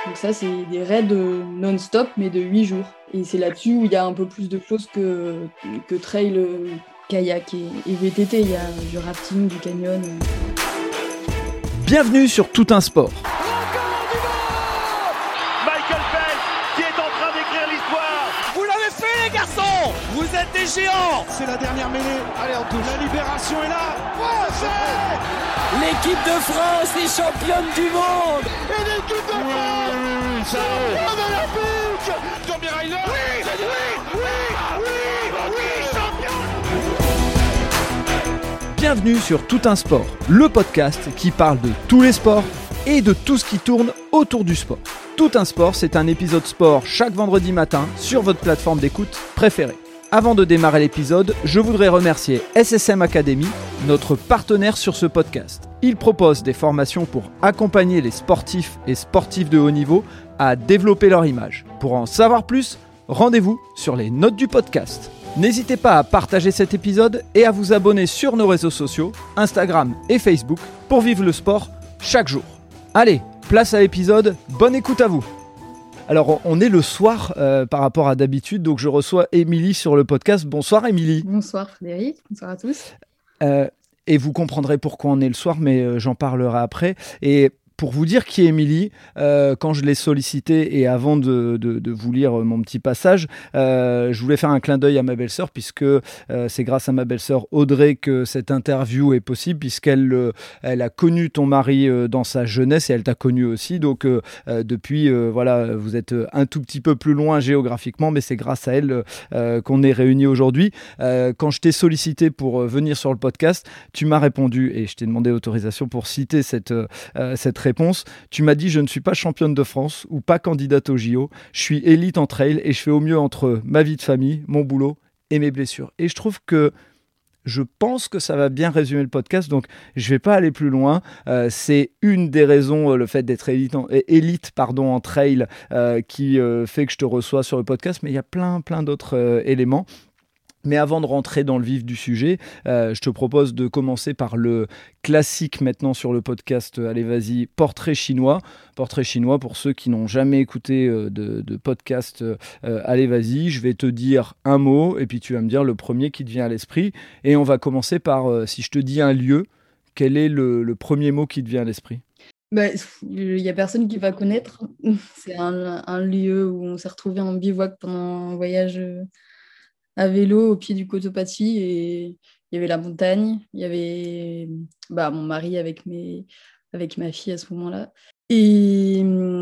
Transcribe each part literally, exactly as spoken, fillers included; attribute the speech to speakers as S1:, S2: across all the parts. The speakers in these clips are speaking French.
S1: Donc ça, c'est des raids euh, non-stop, mais de huit jours. Et c'est là-dessus où il y a un peu plus de choses que, que trail, euh, kayak et, et V T T. Il y a du rafting, du canyon. Euh.
S2: Bienvenue sur Tout un sport.
S3: Michael Phelps qui est en train d'écrire l'histoire.
S4: Vous l'avez fait les garçons. Vous êtes des géants.
S5: C'est la dernière mêlée. Allez, on touche. La libération est là. Oh, c'est
S4: l'équipe de France est championne du monde.
S5: Et l'équipe de France championne olympique. Tommy Reiner. Oui, oui, oui, oui, oui, champion.
S2: Bienvenue sur Tout un sport, le podcast qui parle de tous les sports et de tout ce qui tourne autour du sport. Tout un sport, c'est un épisode sport chaque vendredi matin sur votre plateforme d'écoute préférée. Avant de démarrer l'épisode, je voudrais remercier S S M Academy, notre partenaire sur ce podcast. Il propose des formations pour accompagner les sportifs et sportifs de haut niveau à développer leur image. Pour en savoir plus, rendez-vous sur les notes du podcast. N'hésitez pas à partager cet épisode et à vous abonner sur nos réseaux sociaux, Instagram et Facebook, pour vivre le sport chaque jour. Allez, place à l'épisode, bonne écoute à vous. Alors, on est le soir euh, par rapport à d'habitude, donc je reçois Émilie sur le podcast. Bonsoir Émilie.
S1: Bonsoir Frédéric, bonsoir à tous.
S2: Euh, et vous comprendrez pourquoi on est le soir, mais euh, j'en parlerai après. Et pour vous dire qui est Émilie, euh, quand je l'ai sollicitée et avant de, de, de vous lire mon petit passage, euh, je voulais faire un clin d'œil à ma belle-sœur puisque euh, c'est grâce à ma belle-sœur Audrey que cette interview est possible puisqu'elle euh, elle a connu ton mari euh, dans sa jeunesse et elle t'a connu aussi. Donc euh, euh, depuis, euh, voilà, vous êtes un tout petit peu plus loin géographiquement, mais c'est grâce à elle euh, qu'on est réunis aujourd'hui. Euh, quand je t'ai sollicité pour euh, venir sur le podcast, tu m'as répondu et je t'ai demandé l'autorisation pour citer cette, euh, cette réponse. Tu m'as dit: je ne suis pas championne de France ou pas candidate au J O, je suis élite en trail et je fais au mieux entre ma vie de famille, mon boulot et mes blessures. Et je trouve que je pense que ça va bien résumer le podcast, donc je ne vais pas aller plus loin. Euh, c'est une des raisons, euh, le fait d'être élite en, élite, pardon, en trail, euh, qui euh, fait que je te reçois sur le podcast, mais il y a plein, plein d'autres euh, éléments. Mais avant de rentrer dans le vif du sujet, euh, je te propose de commencer par le classique maintenant sur le podcast. Allez, vas-y, portrait chinois. Portrait chinois, pour ceux qui n'ont jamais écouté euh, de, de podcast, euh, allez, vas-y, je vais te dire un mot et puis tu vas me dire le premier qui te vient à l'esprit. Et on va commencer par, euh, si je te dis un lieu, quel est le, le premier mot qui te vient à l'esprit ?
S1: Bah, il n'y a personne qui va connaître. C'est un, un lieu où on s'est retrouvés en bivouac pendant un voyage à vélo au pied du Cotopaxi et il y avait la montagne, il y avait bah, mon mari avec, mes, avec ma fille à ce moment-là et,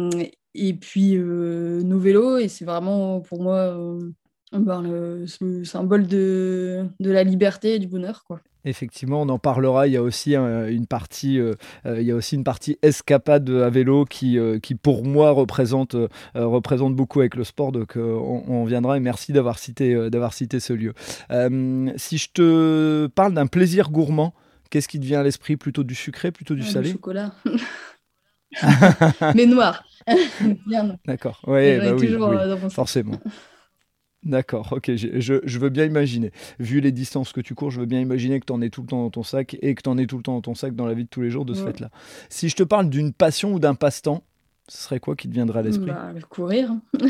S1: et puis euh, nos vélos, et c'est vraiment pour moi euh, bah, le, le symbole de, de la liberté et du bonheur, quoi.
S2: Effectivement, on en parlera. Il y a aussi euh, une partie, euh, euh, il y a aussi une partie escapade à vélo qui, euh, qui pour moi représente, euh, représente beaucoup avec le sport. Donc, euh, on, on viendra. Et merci d'avoir cité, euh, d'avoir cité ce lieu. Euh, si je te parle d'un plaisir gourmand, qu'est-ce qui te vient à l'esprit ? Plutôt du sucré, plutôt du
S1: ah,
S2: salé ?
S1: Du chocolat, mais noir. Bien.
S2: D'accord. Ouais, bah oui,
S1: toujours
S2: oui,
S1: dans mon
S2: forcément. D'accord, ok, je, je, je veux bien imaginer. Vu les distances que tu cours, je veux bien imaginer que tu en es tout le temps dans ton sac et que tu en es tout le temps dans ton sac dans la vie de tous les jours de ce ouais. fait-là. Si je te parle d'une passion ou d'un passe-temps, ce serait quoi qui te viendrait à l'esprit ?
S1: Bah, courir.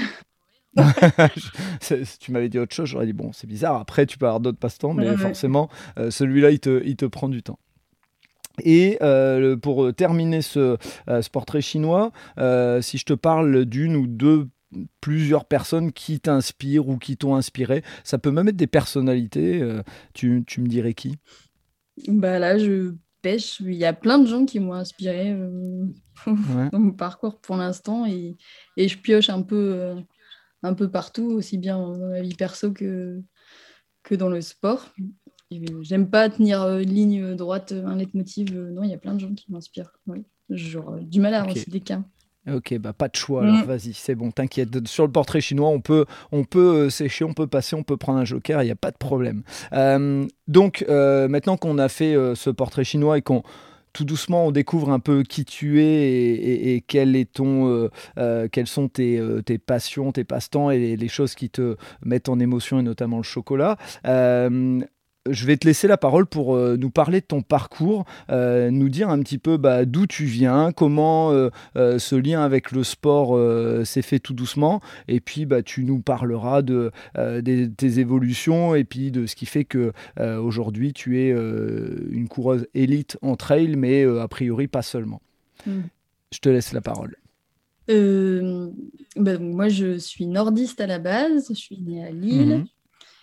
S2: Tu m'avais dit autre chose, j'aurais dit bon, c'est bizarre. Après, tu peux avoir d'autres passe-temps, mais
S1: ouais,
S2: forcément, euh, celui-là, il te, il te prend du temps. Et euh, pour terminer ce, euh, ce portrait chinois, euh, si je te parle d'une ou deux plusieurs personnes qui t'inspirent ou qui t'ont inspiré, ça peut même être des personnalités, euh, tu, tu me dirais qui ?
S1: Bah là, je pêche, il y a plein de gens qui m'ont inspiré euh, ouais. dans mon parcours pour l'instant, et, et je pioche un peu, euh, un peu partout, aussi bien dans ma vie perso que, que dans le sport. Et j'aime pas tenir une ligne droite, un leitmotiv, non, il y a plein de gens qui m'inspirent, ouais. Genre du mal à okay. Citer qu'un.
S2: Ok, bah pas de choix, alors mmh. vas-y, c'est bon, t'inquiète. Sur le portrait chinois, on peut, on peut euh, sécher, on peut passer, on peut prendre un joker, il n'y a pas de problème. Euh, donc, euh, maintenant qu'on a fait euh, ce portrait chinois et qu'on tout doucement, on découvre un peu qui tu es et, et, et quel est ton, euh, euh, quelles sont tes, euh, tes passions, tes passe-temps et les, les choses qui te mettent en émotion, et notamment le chocolat. Euh, je vais te laisser la parole pour euh, nous parler de ton parcours, euh, nous dire un petit peu bah, d'où tu viens, comment euh, euh, ce lien avec le sport euh, s'est fait tout doucement, et puis bah, tu nous parleras de euh, des, tes évolutions et puis de ce qui fait que euh, aujourd'hui tu es euh, une coureuse élite en trail, mais euh, a priori pas seulement.
S1: Mm.
S2: Je te laisse la parole.
S1: Euh, bah, donc, moi, je suis nordiste à la base. Je suis née à Lille.
S2: Mhm.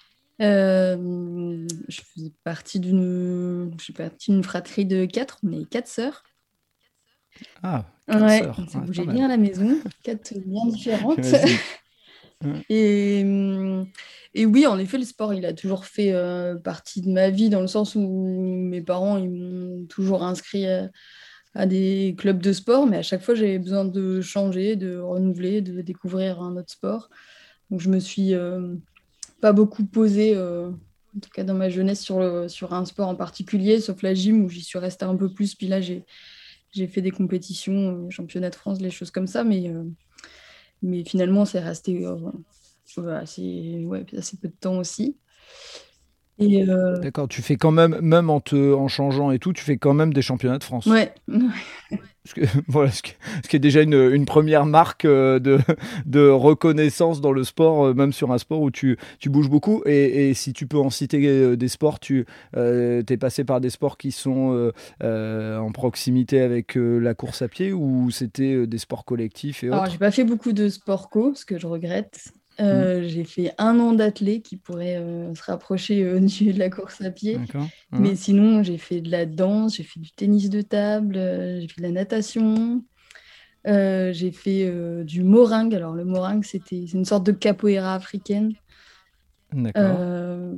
S1: Euh, je faisais partie d'une, je suis partie d'une fratrie de quatre. On est quatre sœurs.
S2: Ah, quatre
S1: Ouais,
S2: sœurs,
S1: ça
S2: ouais,
S1: bougeait
S2: pas
S1: bien à
S2: mal.
S1: la maison. Quatre bien différentes.
S2: J'imagine. Ouais.
S1: Et, hum, et oui, en effet, le sport, il a toujours fait euh, partie de ma vie dans le sens où mes parents, ils m'ont toujours inscrit à, à des clubs de sport, mais à chaque fois, j'avais besoin de changer, de renouveler, de découvrir un autre sport. Donc, je me suis euh, pas beaucoup posée, euh, en tout cas dans ma jeunesse, sur, le- sur un sport en particulier, sauf la gym où j'y suis restée un peu plus. Puis là, j'ai, j'ai fait des compétitions, euh, championnat de France, les choses comme ça, mais, euh, mais finalement, c'est resté euh, euh, assez, ouais, assez peu de temps aussi. Et euh,
S2: D'accord, tu fais quand même, même en te, en changeant et tout, tu fais quand même des championnats de France.
S1: ouais,
S2: Ce, que- voilà, ce, qui ce qui est déjà une, une première marque euh, de, de reconnaissance dans le sport, euh, même sur un sport où tu, tu bouges beaucoup. Et, et si tu peux en citer euh, des sports, tu euh, es passé par des sports qui sont euh, euh, en proximité avec euh, la course à pied, ou c'était euh, des sports collectifs et
S1: alors j'ai
S2: autres?
S1: pas fait beaucoup de sport co, ce que je regrette.
S2: Hmm,
S1: Euh, j'ai fait un an d'athlé qui pourrait euh, se rapprocher euh, du- de la course à pied.
S2: d'accord.
S1: Mais
S2: Hein.
S1: sinon, j'ai fait de la danse, j'ai fait du tennis de table, euh, j'ai fait de la natation, euh, j'ai fait euh, du moringue. Alors le moringue, c'était, c'est une sorte de capoeira africaine.
S2: D'accord.
S1: Euh,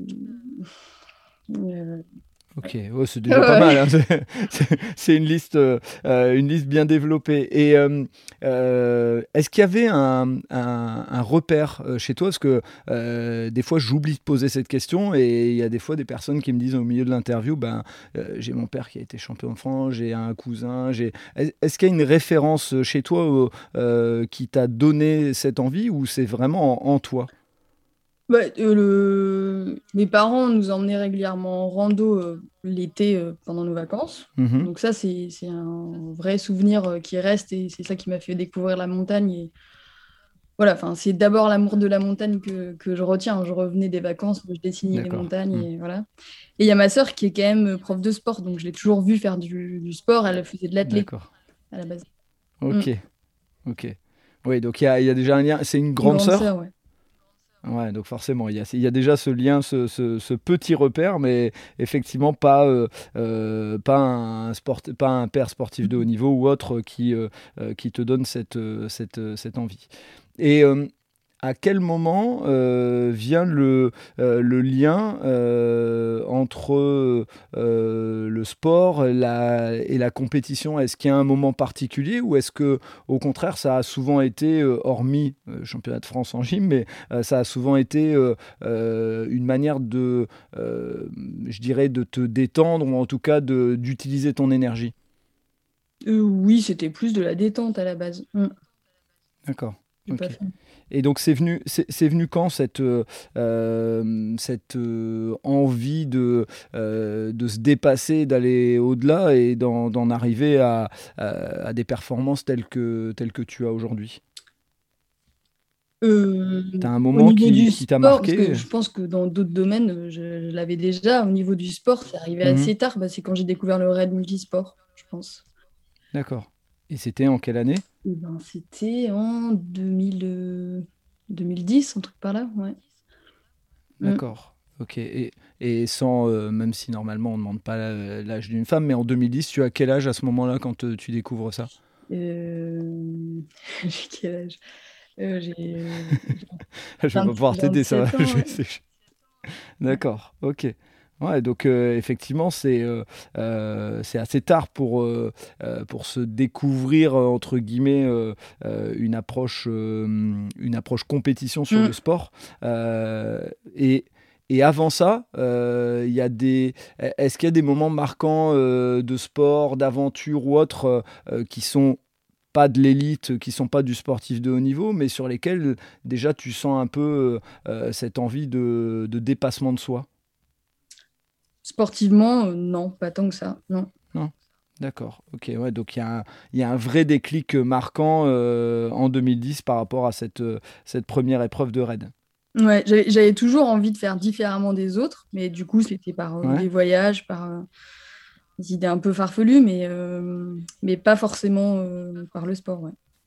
S1: euh,
S2: Ok, ouais, c'est déjà pas mal,
S1: ouais.
S2: hein. C'est c'est- c'est une liste, euh, euh, une liste bien développée. Et euh, euh, est-ce qu'il y avait un, un- un repère euh, chez toi? Parce que euh, des fois, j'oublie de poser cette question et il y a des fois des personnes qui me disent au milieu de l'interview, ben, euh, j'ai mon père qui a été champion de France, j'ai un cousin, j'ai... Est- Est-ce qu'il y a une référence chez toi euh, euh, qui t'a donné cette envie, ou c'est vraiment en, en toi?
S1: Ouais, euh, le- mes parents nous emmenaient régulièrement en rando euh, l'été euh, pendant nos vacances.
S2: Mhm.
S1: Donc ça, c'est, c'est un vrai souvenir euh, qui reste et c'est ça qui m'a fait découvrir la montagne. Et voilà, enfin, c'est d'abord l'amour de la montagne que, que je retiens. Je revenais des vacances, je dessinais les
S2: D'accord.
S1: montagnes
S2: Hmm.
S1: et voilà. Et il y a ma sœur qui est quand même euh, prof de sport, donc je l'ai toujours vue faire du, du sport. Elle faisait de l'athlé
S2: D'accord.
S1: à la base. Mm.
S2: Ok. Ok. Oui, donc il y a, il y a déjà un lien. C'est une
S1: Une
S2: grande
S1: grande
S2: sœur?
S1: sœur, ouais.
S2: Ouais, donc forcément, il y a, il y a déjà ce lien, ce, ce- ce petit repère, mais effectivement pas, euh, euh, pas, un sport, pas un père sportif de haut niveau ou autre qui, euh, euh, qui te donne cette, euh, cette, euh, cette envie. Et euh, à quel moment euh, vient le, euh, le lien euh, entre euh, le sport la- et la compétition? Est-ce qu'il y a un moment particulier, ou est-ce que au contraire ça a souvent été, euh, hormis euh, championnat de France en gym, mais euh, ça a souvent été euh, euh, une manière de, euh, je dirais, de te détendre, ou en tout cas de, d'utiliser ton énergie?
S1: Euh, oui, c'était plus de la détente à la base. Mm.
S2: D'accord.
S1: J'ai pas
S2: Ok.
S1: fait.
S2: Et donc c'est venu, c'est, c'est venu quand cette, euh, euh, cette euh, envie de, euh, de se dépasser, d'aller au-delà et d'en, d'en arriver à, à, à des performances telles que, telles que tu as aujourd'hui?
S1: Euh,
S2: Tu as un
S1: Au
S2: moment
S1: niveau
S2: qui,
S1: du
S2: qui t'a
S1: sport, parce que
S2: marqué?
S1: je pense que dans d'autres domaines, euh, je, je l'avais déjà. Au niveau du sport, c'est arrivé
S2: Mhm.
S1: assez tard. Bah, c'est quand j'ai découvert le raid multisport, je pense.
S2: D'accord. Et c'était en quelle année?
S1: Et ben, c'était en deux mille, euh, deux mille dix, un truc par là. Ouais. Mm.
S2: D'accord. Ok. Et, et sans, euh, même si normalement on ne demande pas la- l'âge d'une femme, mais en deux mille dix, tu as quel âge à ce moment-là quand euh, tu découvres ça?
S1: Euh, J'ai quel âge? Euh, j'ai
S2: Je vais pas
S1: vingt
S2: pouvoir t'aider, ça va.
S1: vingt-sept
S2: Je
S1: ans.
S2: vais
S1: Ouais.
S2: essayer. D'accord, ok. Ouais, donc euh, effectivement, c'est euh, euh, c'est assez tard pour, euh, euh, pour se découvrir, euh, entre guillemets, euh, euh, une approche, euh, une approche compétition sur le
S1: Mm.
S2: sport. Euh, et, et avant ça, euh, il y a des, est-ce qu'il y a des moments marquants euh, de sport, d'aventure ou autres, euh, euh, qui sont pas de l'élite, qui sont pas du sportif de haut niveau, mais sur lesquels déjà tu sens un peu euh, euh, cette envie de, de dépassement de soi?
S1: sportivement, euh, non, pas tant que ça, non.
S2: Non? D'accord, ok, ouais, donc il y a un, il y a un vrai déclic marquant euh, en deux mille dix par rapport à cette, euh, cette première épreuve de raid.
S1: Ouais, j'avais, j'avais toujours envie de faire différemment des autres, mais du coup, c'était par euh,
S2: Ouais.
S1: des voyages, par euh, des idées un peu farfelues, mais, euh, mais pas forcément euh, par le sport, ouais.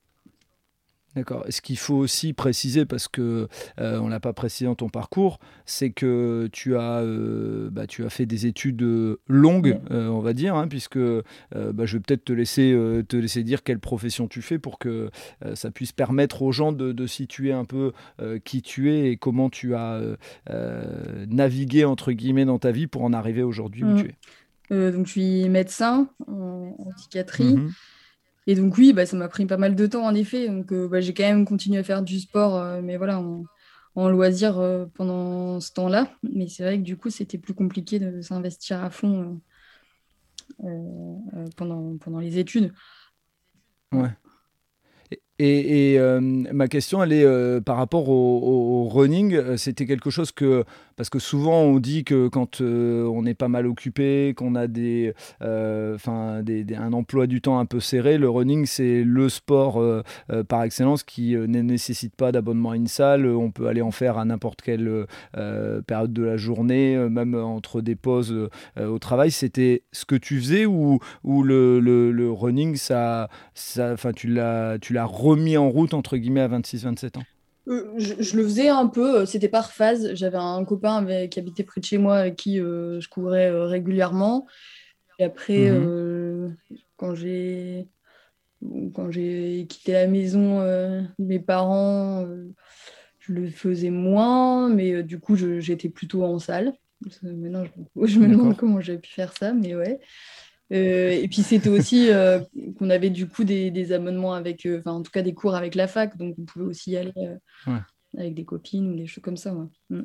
S2: D'accord. Ce qu'il faut aussi préciser, parce que euh, on l'a pas précisé dans ton parcours, c'est que tu as, euh, bah, tu as fait des études euh, longues,
S1: Ouais.
S2: euh, on va dire, hein, puisque euh, bah, je vais peut-être te laisser, euh, te laisser dire quelle profession tu fais pour que euh, ça puisse permettre aux gens de, de situer un peu euh, qui tu es et comment tu as euh, euh, navigué entre guillemets dans ta vie pour en arriver aujourd'hui où
S1: Mm.
S2: tu es.
S1: Euh, donc, je suis médecin en, en psychiatrie.
S2: Mhm.
S1: Et donc, oui, bah, ça m'a pris pas mal de temps, en effet. Donc, euh, bah, j'ai quand même continué à faire du sport, euh, mais voilà, en, en loisir euh, pendant ce temps-là. Mais c'est vrai que du coup, c'était plus compliqué de s'investir à fond euh, euh, pendant, pendant les études. Ouais.
S2: Ouais. Et, et- et, euh, ma question, elle est euh, par rapport au, au- au running. euh, C'était quelque chose que, parce que souvent on dit que quand euh, on est pas mal occupé, qu'on a des, euh, enfin, des- des- un emploi du temps un peu serré, le running c'est le sport euh, euh, par excellence qui euh, ne nécessite pas d'abonnement à une salle. On peut aller en faire à n'importe quelle euh, période de la journée, euh, même entre des pauses euh, au travail. C'était ce que tu faisais ou, ou le, le- le running, ça, ça, enfin, tu l'as, tu l'as remis en route entre guillemets à vingt-six vingt-sept ans?
S1: Euh, je, je le faisais un peu, euh, c'était par phase. J'avais un copain avec- qui habitait près de chez moi avec qui euh, je courais euh, régulièrement. Et après,
S2: Mhm.
S1: euh, quand j'ai quand j'ai quitté la maison euh, de mes parents, euh, je le faisais moins, mais euh, du coup, je- j'étais plutôt en salle. Parce que Maintenant, je, je me demande
S2: D'accord.
S1: comment j'ai pu faire ça, mais ouais. Euh, et puis, c'était aussi euh, qu'on avait du coup des, des abonnements avec, euh, enfin, en tout cas, des cours avec la fac, donc on pouvait aussi y aller euh,
S2: Ouais.
S1: avec des copines ou des choses comme ça. Ouais. Mm.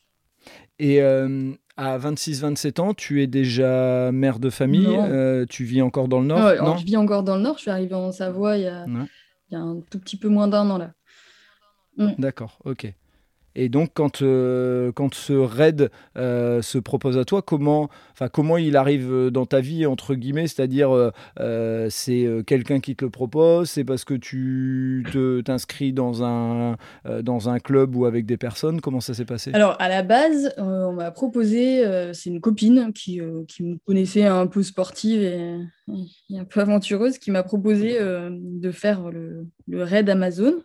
S2: Et euh, à vingt-six vingt-sept ans, tu es déjà mère de famille.
S1: Non.
S2: euh, tu vis encore dans le
S1: Ouais,
S2: Nord?
S1: alors, je
S2: Non?
S1: vis encore dans le Nord, je suis arrivée en Savoie il y a,
S2: Ouais.
S1: il y a un tout petit peu moins d'un an là. Mm.
S2: D'accord, ok. Et donc, quand, euh, quand ce raid euh, se propose à toi, comment, enfin, comment il arrive euh, dans ta vie, entre guillemets, c'est-à-dire, euh, euh, c'est euh, quelqu'un qui te le propose, c'est parce que tu te, t'inscris dans un, euh, dans un club ou avec des personnes, comment ça s'est passé?
S1: Alors, à la base, euh, on m'a proposé, euh, c'est une copine qui, euh, qui me connaissait un peu sportive et, et un peu aventureuse, qui m'a proposé euh, de faire le, le raid Amazon.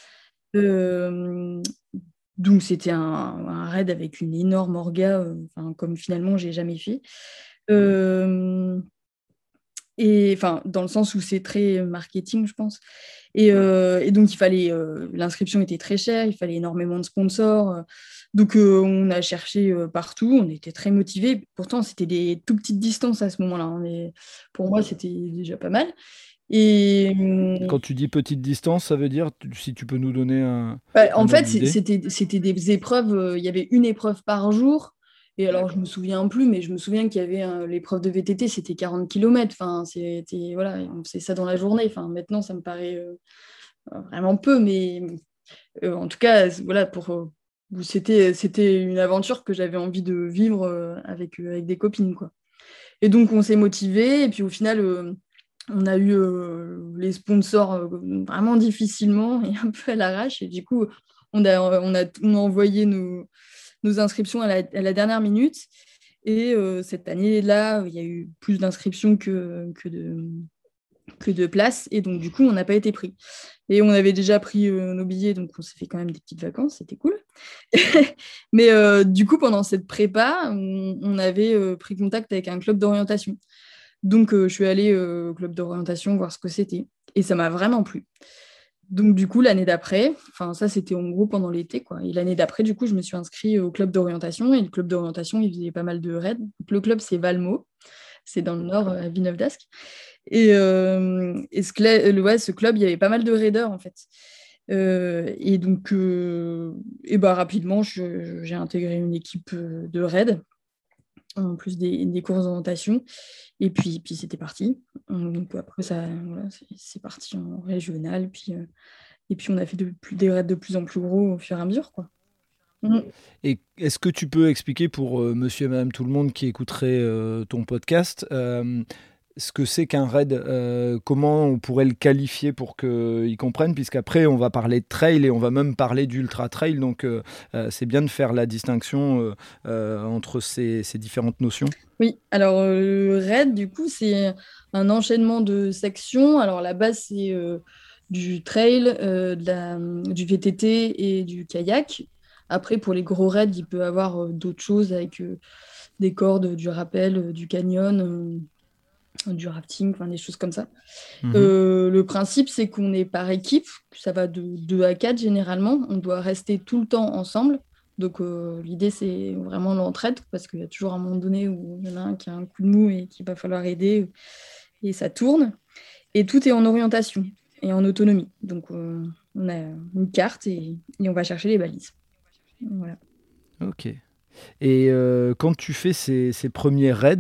S1: Euh, donc, c'était un, un raid avec une énorme orga, euh, enfin, comme finalement, j'ai jamais fait. Euh, et enfin, dans le sens où c'est très marketing, je pense. Et, euh, et donc, il fallait, euh, l'inscription était très chère, il fallait énormément de sponsors. euh. donc, euh, on a cherché euh, partout, on était très motivés. Pourtant, c'était des tout petites distances à ce moment-là, hein, mais pour moi, c'était déjà pas mal. Et hum,
S2: Quand tu dis petite distance, ça veut dire, tu- si tu peux nous donner un,
S1: bah, en
S2: un ordre
S1: fait, c'est-
S2: d'idée?
S1: c'était, c'était des épreuves, euh, il y avait une épreuve par jour. Et alors, je me souviens plus, mais je me souviens qu'il y avait euh, l'épreuve de V T T, c'était quarante kilomètres. Enfin, c'était, voilà, on faisait ça dans la journée. Enfin, maintenant, ça me paraît euh, vraiment peu, mais Euh, en tout cas, c- voilà, pour, euh, c'était, c'était une aventure que j'avais envie de vivre euh, avec, euh, avec des copines, quoi. Et donc, on s'est motivés, et puis au final, euh, on a eu euh, les sponsors euh, vraiment difficilement et un peu à l'arrache. Et du coup, on a, on a, on a envoyé nos, nos inscriptions à la, à la dernière minute. Et euh, cette année-là, il y a eu plus d'inscriptions que, que de, que de places. Et donc, du coup, on n'a pas été pris. Et on avait déjà pris euh, nos billets, donc on s'est fait quand même des petites vacances, c'était cool. Mais euh, du coup, pendant cette prépa, on, on avait euh, pris contact avec un club d'orientation. Donc, euh, je suis allée euh, au club d'orientation voir ce que c'était. Et ça m'a vraiment plu. Donc, du coup, l'année d'après, enfin, ça, c'était en gros pendant l'été, quoi. Et l'année d'après, du coup, je me suis inscrite au club d'orientation. Et le club d'orientation, il faisait pas mal de raids. Donc, le club, c'est Valmo. C'est dans le nord, à Villeneuve d'Ascq. Et, euh, et ce, cla- le- ouais, ce club, il y avait pas mal de raiders, en fait. Euh, et donc, euh, et bah, rapidement, je- j'ai intégré une équipe euh, de raid, en plus des, des courses d'orientation. Et puis, puis c'était parti. Donc après, ça, voilà, c'est c'est parti en régional. Puis, euh, et puis, on a fait de plus, des raids de plus en plus gros au fur et à mesure, quoi. Mm.
S2: Et est-ce que tu peux expliquer pour euh, monsieur et madame tout le monde qui écouterait euh, ton podcast euh, ce que c'est qu'un raid, euh, comment on pourrait le qualifier pour qu'ils comprennent, puisqu'après on va parler de trail et on va même parler d'ultra trail, donc euh, euh, c'est bien de faire la distinction euh, euh, entre ces, ces différentes notions.
S1: Oui, alors euh, le raid, du coup, c'est un enchaînement de sections. Alors la base, c'est euh, du trail, euh, de la- du V T T et du kayak. Après, pour les gros raids, il peut y avoir euh, d'autres choses avec euh, des cordes, du rappel, euh, du canyon, euh, du rafting, enfin des choses comme ça.
S2: Mhm.
S1: Euh, le principe, c'est qu'on est par équipe, ça va de deux à quatre généralement. On doit rester tout le temps ensemble. Donc euh, l'idée, c'est vraiment l'entraide, parce qu'il y a toujours un moment donné où il y en a un qui a un coup de mou et qu'il va falloir aider, et ça tourne. Et tout est en orientation et en autonomie. Donc euh, on a une carte et, et on va chercher les balises. Voilà.
S2: Ok. Et euh, quand tu fais ces, ces premiers raids,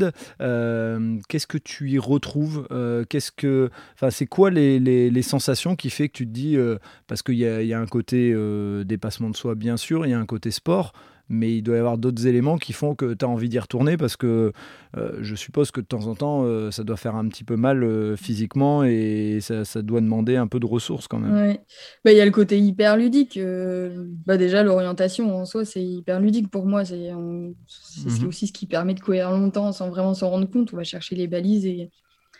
S2: euh, qu'est-ce que tu y retrouves euh, qu'est-ce que, enfin, c'est quoi les, les, les sensations qui fait que tu te dis, euh, parce qu'il y a, il y a un côté euh, dépassement de soi, bien sûr, il y a un côté sport, mais il doit y avoir d'autres éléments qui font que tu as envie d'y retourner, parce que euh, je suppose que de temps en temps, euh, ça doit faire un petit peu mal euh, physiquement et ça, ça doit demander un peu de ressources quand même.
S1: Ouais. Bah, il y a le côté hyper ludique. euh, bah, déjà, l'orientation en soi, c'est hyper ludique pour moi. C'est on- c'est c'est
S2: Mhm.
S1: aussi ce qui permet de courir longtemps sans vraiment s'en rendre compte. On va chercher les balises et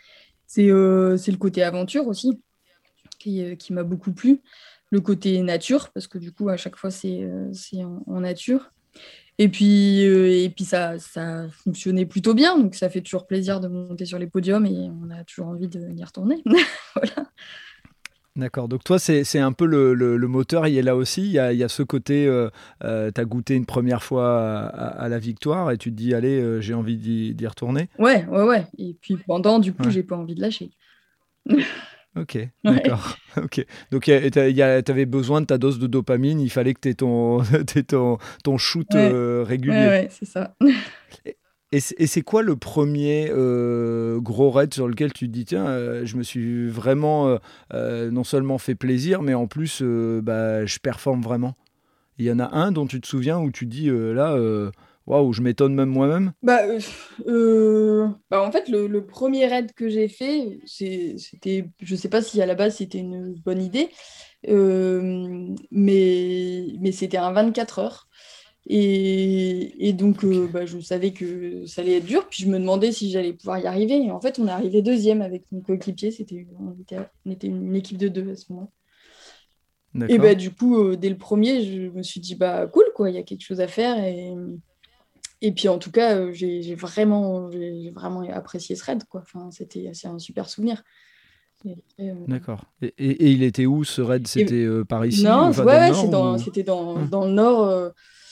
S1: c'est euh, c'est le côté aventure aussi qui, euh, qui m'a beaucoup plu. Le côté nature, parce que du coup, à chaque fois, c'est euh, c'est en, en nature. Et puis, euh, et puis ça, ça fonctionnait plutôt bien. Donc, ça fait toujours plaisir de monter sur les podiums et on a toujours envie de y retourner. Voilà.
S2: D'accord, donc toi, c'est, c'est un peu le, le, le moteur, il est là aussi. Il y a, il y a ce côté, euh, euh, tu as goûté une première fois à, à- à la victoire et tu te dis, allez, euh, j'ai envie d'y, d'y retourner.
S1: Ouais, ouais, ouais. Et puis pendant, du coup,
S2: Ouais,
S1: j'ai pas envie de lâcher.
S2: ok,
S1: Ouais,
S2: d'accord. Ok. Donc tu avais besoin de ta dose de dopamine, il fallait que tu aies ton, t'aies ton, ton shoot
S1: ouais,
S2: euh,
S1: ouais,
S2: régulier.
S1: ouais, c'est ça.
S2: Et, et c'est et c'est quoi le premier euh, gros raid sur lequel tu te dis, tiens, euh, je me suis vraiment euh, euh, non seulement fait plaisir, mais en plus, euh, bah, je performe vraiment. Il y en a un dont tu te souviens où tu dis euh, là, euh, waouh, je m'étonne même moi-même.
S1: Bah, euh, euh, bah, en fait, le, le premier raid que j'ai fait, c'est- c'était, je sais pas si à la base c'était une bonne idée, euh, mais, mais c'était un vingt-quatre heures. Et, et donc,
S2: Ok,
S1: euh, bah, je savais que ça allait être dur, puis je me demandais si j'allais pouvoir y arriver. Et en fait, on est arrivé deuxième avec mon coéquipier, c'était, on était, on était une équipe de deux à ce moment-là. Et bah,
S2: d'accord,
S1: du coup, euh, dès le premier, je me suis dit, bah cool, quoi, il y a quelque chose à faire. Et, et puis, en tout cas, euh, j'ai j'ai vraiment, j'ai j'ai vraiment apprécié ce raid, quoi. Enfin, c'était, c'est un super souvenir. Et, euh,
S2: d'accord. Et, et- et il était où ce raid?
S1: et-
S2: C'était euh, par ici,
S1: non,
S2: ou
S1: ouais,
S2: enfin dans le
S1: ouais, c'est
S2: nord
S1: dans,
S2: ou...
S1: c'était dans,
S2: Hum,
S1: dans le nord. euh,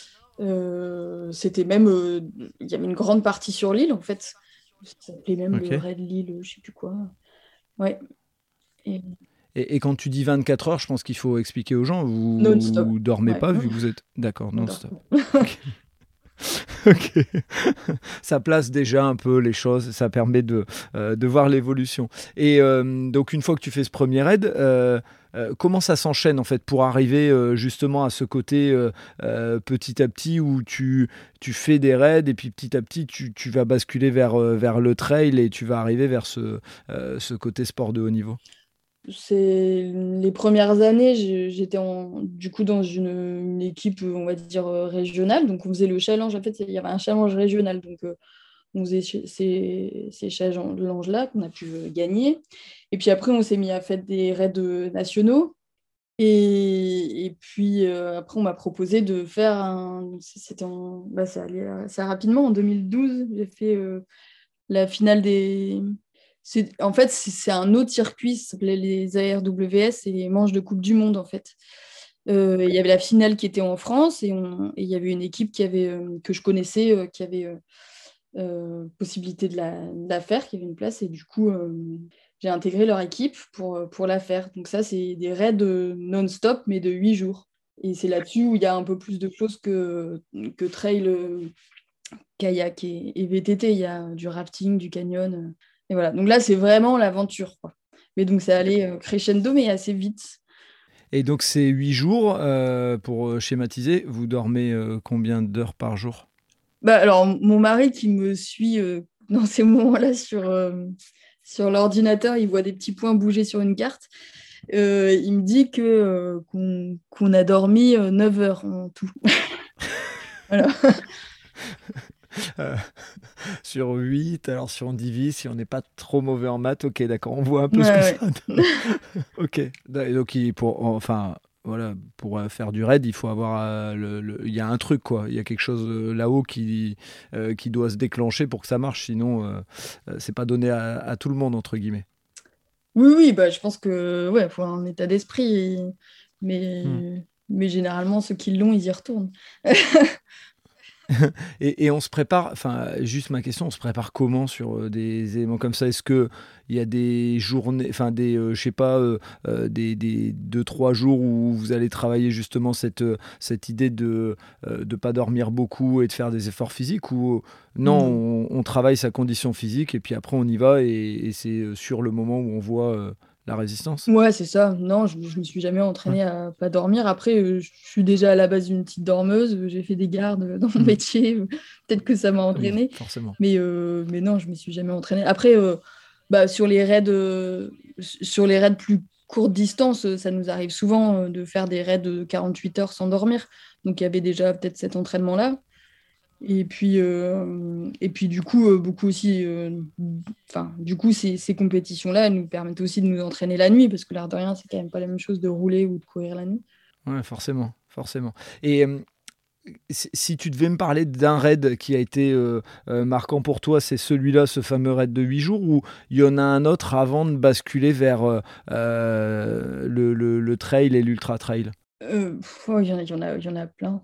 S1: euh, c'était même, euh, il y avait une grande partie sur l'île, en fait. Ça s'appelait même le
S2: ok.
S1: raid Lille, je sais plus quoi. Ouais. Et
S2: Et, et quand tu dis vingt-quatre heures, je pense qu'il faut expliquer aux gens,
S1: non-stop.
S2: vous dormez
S1: Ouais,
S2: pas
S1: non,
S2: vu que vous êtes... D'accord,
S1: on dort
S2: non-stop.
S1: pas.
S2: Ok. Ok. Ça place déjà un peu les choses, ça permet de, euh, de voir l'évolution. Et euh, donc une fois que tu fais ce premier raid, euh, euh, comment ça s'enchaîne en fait pour arriver euh, justement à ce côté euh, euh, petit à petit où tu, tu fais des raids et puis petit à petit tu, tu vas basculer vers, euh, vers le trail et tu vas arriver vers ce, euh, ce côté sport de haut niveau.
S1: C'est les premières années, j'ai- j'étais en, du coup dans une, une équipe, on va dire, euh, régionale. Donc, on faisait le challenge. En fait, il y avait un challenge régional. Donc, euh, on faisait ch- ces, ces challenges-là qu'on a pu euh, gagner. Et puis après, on s'est mis à faire des raids euh, nationaux. Et, et puis euh, après, on m'a proposé de faire un. C'était en, bah, ça allait assez rapidement. En deux mille douze, j'ai fait euh, la finale des. C'est, en fait, c'est c'est un autre circuit, ça s'appelait les A R W S, c'est les manches de Coupe du Monde, en fait. Euh, il y avait la finale qui était en France et, on, et il y avait une équipe qui avait, euh, que je connaissais euh, qui avait euh, euh, possibilité de la, de la faire, qui avait une place. Et du coup, euh, j'ai intégré leur équipe pour, euh, pour la faire. Donc ça, c'est des raids euh, non-stop, mais de huit jours. Et c'est là-dessus où il y a un peu plus de choses que, que trail, euh, kayak et, et V T T. Il y a du rafting, du canyon. euh, et voilà. Donc là, c'est vraiment l'aventure, quoi. Mais donc, ça allait euh, crescendo, mais assez vite.
S2: Et donc ces huit jours, euh, pour schématiser, vous dormez euh, combien d'heures par jour ?
S1: Bah, alors, mon mari qui me suit euh, dans ces moments-là sur, euh, sur l'ordinateur, il voit des petits points bouger sur une carte. Euh, il me dit que, euh, qu'on, qu'on a dormi euh, neuf heures en tout. Voilà.
S2: Euh, sur huit, alors si on divise, si on n'est pas trop mauvais en maths, ok, d'accord, on voit un peu
S1: Ouais,
S2: ce que
S1: ouais.
S2: ça donne. Ok, donc il- pour, enfin, voilà, pour euh, faire du raid, il faut avoir, euh, le, le- il y a un truc, quoi, il y a quelque chose euh, là-haut qui, euh, qui doit se déclencher pour que ça marche, sinon euh, euh, c'est pas donné à, à tout le monde, entre guillemets.
S1: Oui, oui, bah, je pense que ouais, faut un état d'esprit. et-
S2: Hmm.
S1: Mais, mais généralement, ceux qui l'ont, ils y retournent.
S2: Et, et on se prépare, enfin, juste ma question, on se prépare comment sur euh, des éléments comme ça ? Est-ce que il y a des journées, enfin des, euh, je sais pas, euh, euh, des, des deux trois jours où vous allez travailler justement cette euh, cette idée de euh, de pas dormir beaucoup et de faire des efforts physiques, ou non,
S1: Non.
S2: on, on travaille sa condition physique et puis après on y va, et, et c'est sur le moment où on voit euh, la résistance.
S1: Ouais, c'est ça. Non, je, je me suis jamais
S2: Ouais.
S1: entraînée à pas dormir. Après, euh, je suis déjà à la base une petite dormeuse. J'ai fait des gardes dans mon
S2: Hmm.
S1: métier. euh, Peut-être que ça m'a
S2: Oui,
S1: entraînée.
S2: forcément.
S1: Mais, euh, mais non, je me suis jamais entraînée. Après, euh, bah, sur les raids, euh, sur les raids plus courte distance, euh, ça nous arrive souvent euh, de faire des raids de quarante-huit heures sans dormir. Donc, il y avait déjà peut-être cet entraînement-là. Et puis, euh, et puis du coup, euh, beaucoup aussi, euh, enfin, du coup, ces, ces compétitions-là, elles nous permettent aussi de nous entraîner la nuit, parce que l'air de rien, c'est quand même pas la même chose de rouler ou de courir la nuit.
S2: Ouais, forcément, forcément. Et euh, si si tu devais me parler d'un raid qui a été euh, euh, marquant pour toi, c'est celui-là, ce fameux raid de huit jours, ou il y en a un autre avant de basculer vers euh, euh, le, le- le trail et l'ultra trail?
S1: Euh, pff, oh, il y en a, il y en a, il y en a plein.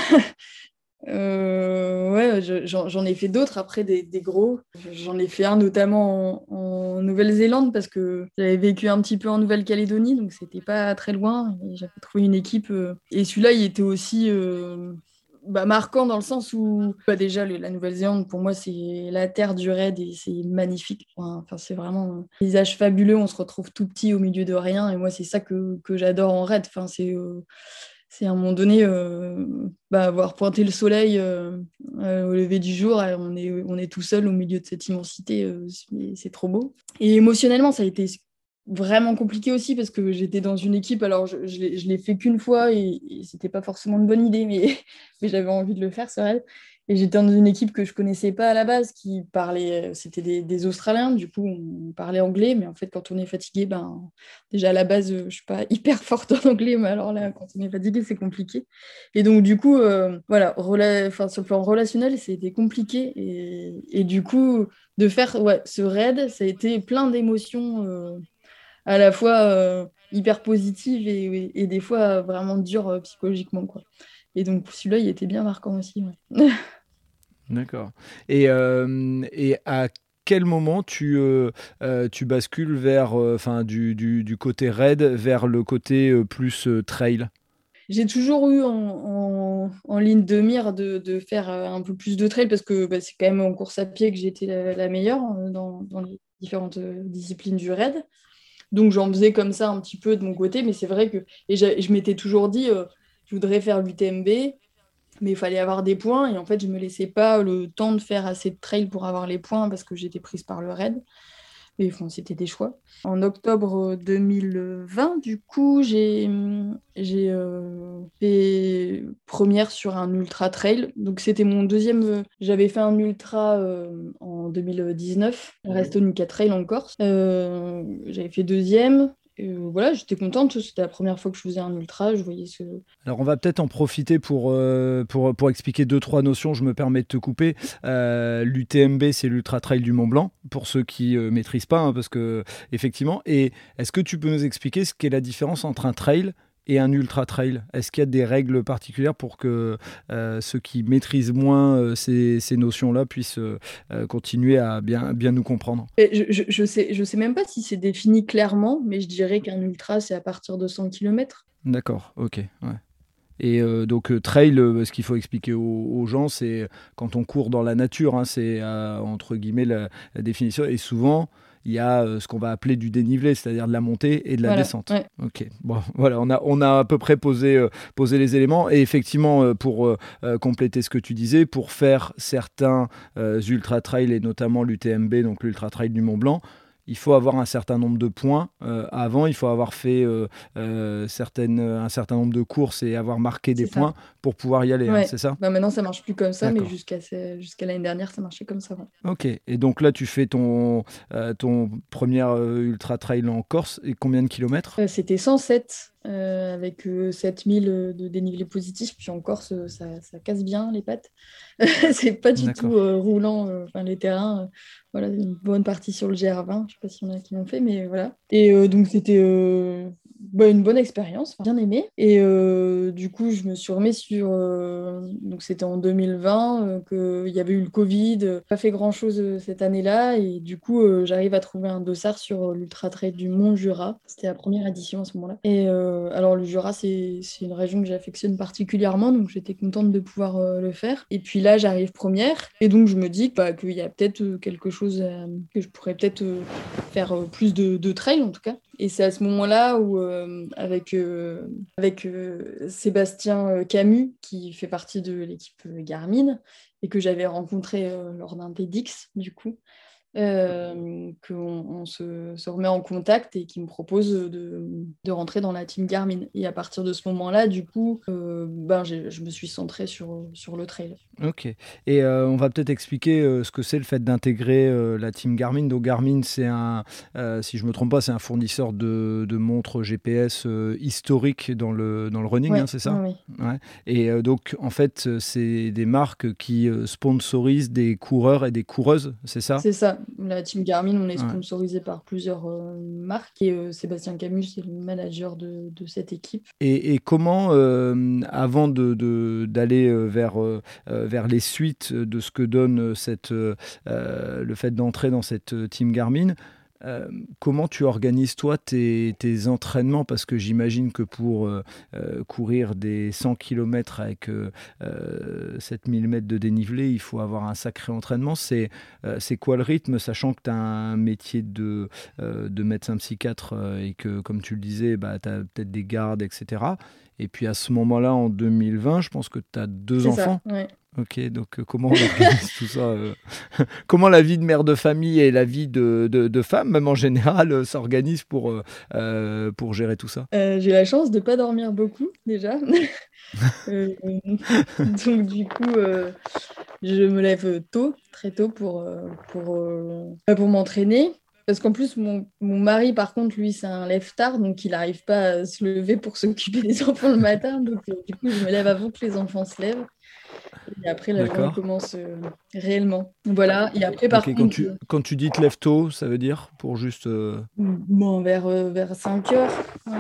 S1: Euh, ouais, je- j'en j'en ai fait d'autres après des, des gros. J'en ai fait un notamment en, en Nouvelle-Zélande parce que j'avais vécu un petit peu en Nouvelle-Calédonie, donc c'était pas très loin. Et j'avais trouvé une équipe. euh, et celui-là, il était aussi euh, bah, marquant dans le sens où bah, déjà le- la Nouvelle-Zélande, pour moi, c'est la terre du raid et c'est magnifique. Enfin, c'est vraiment un paysage fabuleux. On se retrouve tout petit au milieu de rien. Et moi, c'est ça que, que j'adore en raid. Enfin, c'est euh, c'est à un moment donné, euh, bah, avoir pointé le soleil euh, euh, au lever du jour, euh, on est, on est tout seul au milieu de cette immensité, euh, c'est c'est trop beau. Et émotionnellement, ça a été vraiment compliqué aussi parce que j'étais dans une équipe, alors je, je l'ai je l'ai fait qu'une fois et, et c'était pas forcément une bonne idée, mais, mais j'avais envie de le faire, ce rêve. Et j'étais dans une équipe que je connaissais pas à la base, qui parlait, c'était des, des Australiens, du coup on parlait anglais, mais en fait quand on est fatigué, ben, déjà à la base je suis pas hyper forte en anglais, mais alors là quand on est fatigué c'est compliqué. Et donc du coup, euh, voilà, rela- enfin, sur le plan relationnel c'était compliqué et, et du coup de faire ouais, ce raid, ça a été plein d'émotions. euh, à la fois euh, hyper positive et, et des fois vraiment dure euh, psychologiquement, quoi. Et donc celui-là, il était bien marquant aussi. Ouais.
S2: D'accord. Et, euh, et à quel moment tu, euh, euh, tu bascules vers, euh, enfin, du, du, du côté raid vers le côté euh, plus euh, trail?
S1: J'ai toujours eu en, en- en ligne de mire de, de faire euh, un peu plus de trail parce que bah, c'est quand même en course à pied que j'étais la, la meilleure euh, dans, dans les différentes euh, disciplines du raid. Donc j'en faisais comme ça un petit peu de mon côté, mais c'est vrai que et je, je m'étais toujours dit, euh, je voudrais faire l'U T M B, mais il fallait avoir des points. Et en fait, je ne me laissais pas le temps de faire assez de trail pour avoir les points parce que j'étais prise par le raid. Mais enfin, c'était des choix. En octobre deux mille vingt, du coup, j'ai j'ai euh, fait première sur un ultra trail. Donc, c'était mon deuxième. euh, J'avais fait un ultra euh, en deux mille dix-neuf, Restonica Trail en Corse. Euh, j'avais fait deuxième. Et, euh, voilà, j'étais contente. C'était la première fois que je faisais un ultra. Je voyais ce.
S2: Alors on va peut-être en profiter pour, euh, pour, pour expliquer deux, trois notions, je me permets de te couper. Euh, L'U T M B, c'est l'Ultra Trail du Mont Blanc, pour ceux qui ne euh, maîtrisent pas, hein, parce que effectivement, et est-ce que tu peux nous expliquer ce qu'est la différence entre un trail et un ultra trail? Est-ce qu'il y a des règles particulières pour que euh, ceux qui maîtrisent moins euh, ces, ces notions-là puissent euh, euh, continuer à bien, bien nous comprendre?
S1: Et Je, je, je sais, je sais même pas si c'est défini clairement, mais je dirais qu'un ultra, c'est à partir de cent kilomètres.
S2: D'accord, ok, ouais. Et euh, donc euh, trail, euh, ce qu'il faut expliquer aux, aux gens, c'est quand on court dans la nature, hein, c'est euh, entre guillemets la, la définition. Et souvent, il y a euh, ce qu'on va appeler du dénivelé, c'est-à-dire de la montée et de la
S1: Voilà,
S2: descente.
S1: ouais.
S2: Ok, bon, voilà, on a, on a à peu près posé, euh, posé les éléments. Et effectivement, euh, pour euh, euh, compléter ce que tu disais, pour faire certains euh, ultra-trails, et notamment l'U T M B, donc l'Ultra-Trail du Mont-Blanc, il faut avoir un certain nombre de points. Euh, avant, il faut avoir fait euh, euh, certaines, un certain nombre de courses et avoir marqué des
S1: C'est ça.
S2: points pour pouvoir y aller, hein,
S1: Ouais.
S2: c'est ça?
S1: Bah, maintenant, ça marche plus comme ça, mais
S2: D'accord.
S1: jusqu'à ce- jusqu'à l'année dernière, ça marchait comme ça. Ouais.
S2: Ok, et donc là, tu fais ton, euh, ton premier euh, ultra-trail en Corse, et combien de kilomètres?
S1: Euh, c'était cent sept euh, avec euh, sept mille euh, de dénivelé positif. Puis en Corse, euh, ça, ça casse bien les pattes. C'est pas du
S2: D'accord.
S1: tout euh, roulant. euh, Enfin, les terrains, euh, voilà, une bonne partie sur le G R vingt. Je sais pas s'il y en a qui l'ont fait, mais voilà. Et euh, donc, c'était euh, bah, une bonne expérience. Enfin, bien aimé. Et euh, du coup, je me suis remis sur. euh, donc, c'était en deux mille vingt euh, qu'il y avait eu le Covid. euh, Pas fait grand-chose euh, cette année-là. Et du coup, euh, j'arrive à trouver un dossard sur euh, l'Ultra Trail du Mont Jura. C'était la première édition à ce moment-là. Et euh, alors, le Jura, c'est c'est une région que j'affectionne particulièrement. Donc, j'étais contente de pouvoir euh, le faire. Et puis là, j'arrive première. Et donc, je me dis bah, qu'il y a peut-être euh, quelque chose euh, que je pourrais peut-être euh, faire euh, plus de, de trail, en tout cas. Et c'est à ce moment-là où, euh, avec, euh, avec euh, Sébastien euh, Camus, qui fait partie de l'équipe euh, Garmin, et que j'avais rencontré euh, lors d'un TEDx, du coup, euh, qu'on on se, se remet en contact et qui me propose de, de rentrer dans la team Garmin. Et à partir de ce moment-là, du coup, euh, ben, j'ai- je me suis centrée sur, sur le trail.
S2: Ok. Et euh, on va peut-être expliquer euh, ce que c'est le fait d'intégrer euh, la team Garmin. Donc Garmin, c'est un, euh, si je me trompe pas, c'est un fournisseur de, de montres G P S euh, historique dans le, dans le running,
S1: Ouais,
S2: hein, c'est ça?
S1: ouais, ouais.
S2: Ouais. Et euh, donc, en fait, euh, c'est des marques qui euh, sponsorisent des coureurs et des coureuses, c'est ça?
S1: C'est ça. La team Garmin, on est
S2: Ouais.
S1: sponsorisé par plusieurs euh, marques et euh, Sébastien Camus, c'est le manager de, de cette équipe.
S2: Et, et comment, euh, avant de, de- d'aller euh, vers, euh, euh, vers les suites de ce que donne euh, cette, euh, euh, le fait d'entrer dans cette euh, team Garmin, euh, comment tu organises toi tes, tes entraînements? Parce que j'imagine que pour euh, euh, courir des cent kilomètres avec euh, euh, sept mille mètres de dénivelé, il faut avoir un sacré entraînement. C'est, euh, c'est quoi le rythme, sachant que tu as un métier de, euh, de médecin psychiatre euh, et que, comme tu le disais, bah, tu as peut-être des gardes, et cetera. Et puis à ce moment-là, en deux mille vingt, je pense que tu as deux
S1: C'est ça,
S2: enfants.
S1: ouais.
S2: Ok, donc euh, comment on organise tout ça euh, Comment la vie de mère de famille et la vie de, de, de femme, même en général, euh, s'organise pour, euh, euh, pour gérer tout ça?
S1: Euh, j'ai la chance de ne pas dormir beaucoup déjà. Euh, donc du coup, euh, je me lève tôt, très tôt pour, euh, pour, euh, bah, pour m'entraîner. Parce qu'en plus, mon, mon mari, par contre, lui, c'est un lève-tard, donc il n'arrive pas à se lever pour s'occuper des enfants le matin. Donc euh, du coup, je me lève avant que les enfants se lèvent. Et après, la journée
S2: D'accord.
S1: commence euh, réellement. Voilà. Et après, par
S2: Ok, quand
S1: contre,
S2: tu, quand tu dis te lève tôt, ça veut dire pour juste... euh,
S1: bon, vers, euh, vers cinq heures. Ouais.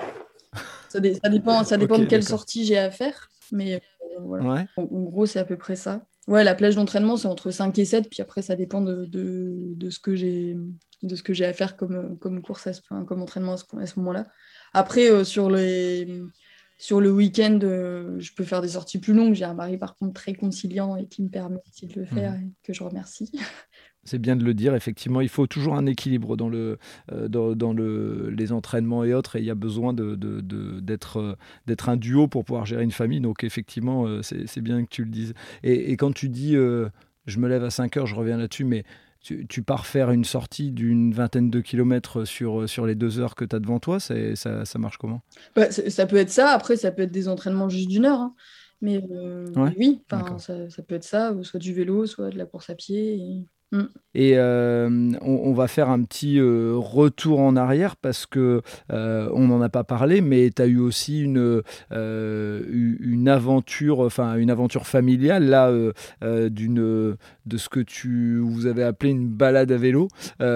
S1: Ça, dé- ça dépend, ça dépend
S2: Ok,
S1: de quelle
S2: d'accord.
S1: sortie j'ai à faire. Mais euh, voilà.
S2: Ouais.
S1: En, en gros, c'est à peu près ça. Ouais, la plage d'entraînement, c'est entre cinq et sept. Puis après, ça dépend de, de, de ce que j'ai de ce que j'ai à faire comme, comme course, à ce, enfin, comme entraînement à ce, à ce moment-là. Après, euh, sur les, sur le week-end, euh, je peux faire des sorties plus longues. J'ai un mari, par contre, très conciliant et qui me permet aussi de le faire
S2: Mhm.
S1: et que je remercie.
S2: C'est bien de le dire, effectivement, il faut toujours un équilibre dans, le, euh, dans, dans le, les entraînements et autres, et il y a besoin de, de- de- d'être, euh, d'être un duo pour pouvoir gérer une famille, donc effectivement, euh, c'est, c'est bien que tu le dises. Et, et quand tu dis, euh, je me lève à cinq heures, je reviens là-dessus, mais tu, tu pars faire une sortie d'une vingtaine de kilomètres sur, sur les deux heures que tu as devant toi, c'est, ça, ça marche comment?
S1: Bah, c'est- ça peut être ça. Après, ça peut être des entraînements juste d'une heure, hein. Mais, euh,
S2: Ouais,
S1: mais oui, enfin,
S2: d'accord.
S1: ça, ça peut être ça, ou soit du vélo, soit de la course à pied. et- Mm.
S2: Et euh, on, on va faire un petit euh, retour en arrière parce que euh, on n'en a pas parlé, mais tu as eu aussi une, euh, u- une aventure, enfin une aventure familiale là, euh, euh, d'une, de ce que tu vous avez appelé une balade à vélo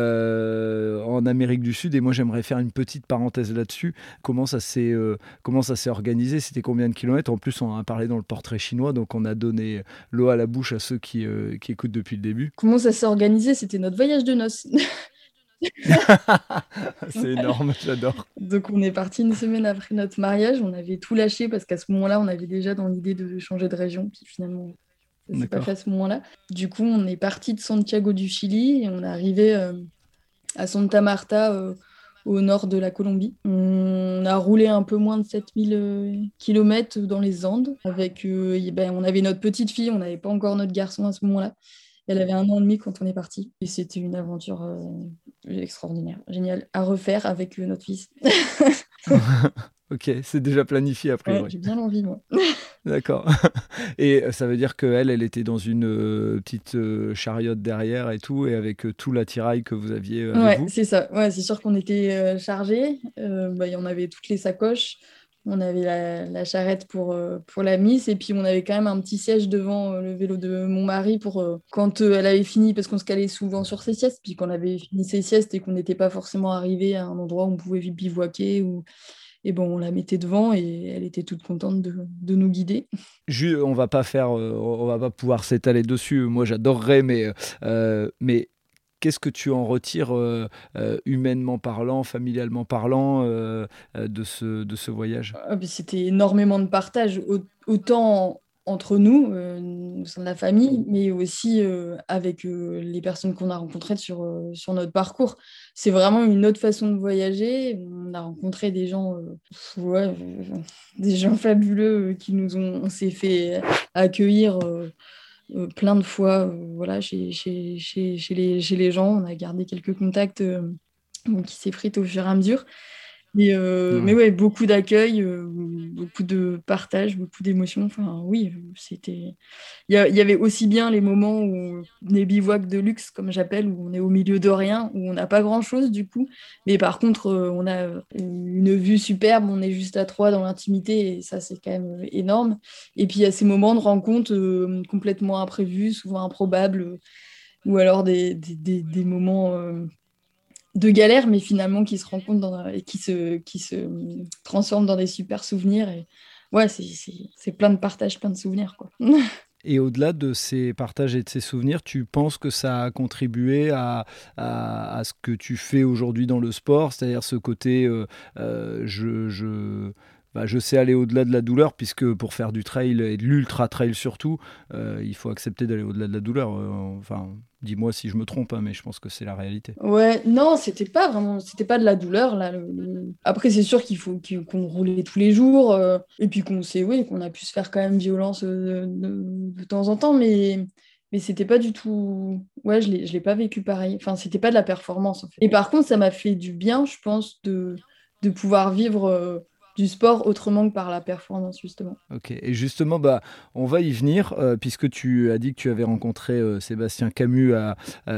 S2: euh, en Amérique du Sud. Et moi, j'aimerais faire une petite parenthèse là-dessus. Comment ça s'est, euh, comment ça s'est organisé? C'était combien de kilomètres? En plus, on en a parlé dans le portrait chinois, donc on a donné l'eau à la bouche à ceux qui, euh, qui écoutent depuis le début.
S1: Comment ça s'est organisé? C'était notre voyage de noces.
S2: C'est énorme, j'adore.
S1: Donc, on est parti une semaine après notre mariage. On avait tout lâché parce qu'à ce moment-là, on avait déjà dans l'idée de changer de région. Puis finalement, ça s'est pas fait à
S2: D'accord.
S1: ce moment-là. Du coup, on est parti de Santiago du Chili et on est arrivé euh, à Santa Marta, euh, au nord de la Colombie. On a roulé un peu moins de sept mille kilomètres dans les Andes. Avec, euh, y- ben, on avait notre petite fille, on n'avait pas encore notre garçon à ce moment-là. Elle avait un an et demi quand on est parti. Et c'était une aventure euh, extraordinaire, géniale, à refaire avec euh, notre fils.
S2: Ok, c'est déjà planifié a
S1: Ouais,
S2: priori.
S1: j'ai bien l'envie, moi.
S2: D'accord. Et euh, ça veut dire qu'elle, elle était dans une euh, petite euh, chariote derrière et tout, et avec euh, tout l'attirail que vous aviez euh, avec
S1: Ouais,
S2: vous.
S1: c'est ça. Ouais, c'est sûr qu'on était euh, chargés. Euh, bah, il y en avait toutes les sacoches. On avait la, la charrette pour, euh, pour la mise. Et puis, on avait quand même un petit siège devant euh, le vélo de mon mari pour euh, quand euh, elle avait fini, parce qu'on se calait souvent sur ses siestes. Puis, quand on avait fini ses siestes et qu'on n'était pas forcément arrivé à un endroit où on pouvait bivouaquer, ou... et bon, on la mettait devant et elle était toute contente de, de nous guider.
S2: Ju- on va pas faire, euh, on va pas pouvoir s'étaler dessus. Moi, j'adorerais, mais, euh, mais qu'est-ce que tu en retires euh, euh, humainement parlant, familialement parlant euh, euh, de ce, de ce voyage?
S1: Ah, puis c'était énormément de partage, au- autant entre nous, euh, au sein de la famille, mais aussi euh, avec euh, les personnes qu'on a rencontrées sur, euh, sur notre parcours. C'est vraiment une autre façon de voyager. On a rencontré des gens, euh, pff, ouais, euh, des gens fabuleux euh, qui nous ont, on s'est fait accueillir euh, euh, plein de fois, euh, voilà, chez, chez, chez, chez les, chez les gens. On a gardé quelques contacts euh, qui s'effritent au fur et à mesure. Mais, euh, mais
S2: Ouais.
S1: ouais, beaucoup d'accueil, euh, beaucoup de partage, beaucoup d'émotions. Enfin, oui, c'était. Il y, a- il y avait aussi bien les moments où on est bivouac de luxe, comme j'appelle, où on est au milieu de rien, où on n'a pas grand-chose du coup. Mais par contre, euh, on a une vue superbe, on est juste à trois dans l'intimité, et ça, c'est quand même énorme. Et puis, il y a ces moments de rencontre euh, complètement imprévus, souvent improbables, ou alors des, des, des- des moments. euh, de galères, mais finalement qui se rencontrent dans, et qui se, qui se transforment dans des super souvenirs. Et ouais, c'est, c'est, c'est plein de partages, plein de souvenirs, quoi.
S2: Et au-delà de ces partages et de ces souvenirs, tu penses que ça a contribué à, à, à ce que tu fais aujourd'hui dans le sport, c'est-à-dire ce côté, euh, euh, je, je, bah, je sais aller au-delà de la douleur, puisque pour faire du trail et de l'ultra-trail surtout, euh, il faut accepter d'aller au-delà de la douleur. Euh, enfin, dis-moi si je me trompe, hein, mais je pense que c'est la réalité.
S1: Ouais, non, c'était pas vraiment, c'était pas de la douleur là. le- le- Après, c'est sûr qu'il faut qu'il- qu'on roulait tous les jours, euh, et puis qu'on sait, oui, qu'on a pu se faire quand même violence euh, de, de temps en temps, mais mais c'était pas du tout. Ouais, je l'ai, je l'ai pas vécu pareil. Enfin, c'était pas de la performance en fait. Et par contre, ça m'a fait du bien, je pense, de de pouvoir vivre euh, du sport autrement que par la performance justement.
S2: Ok, et justement, bah, on va y venir, euh, puisque tu as dit que tu avais rencontré euh, Sébastien Camus à,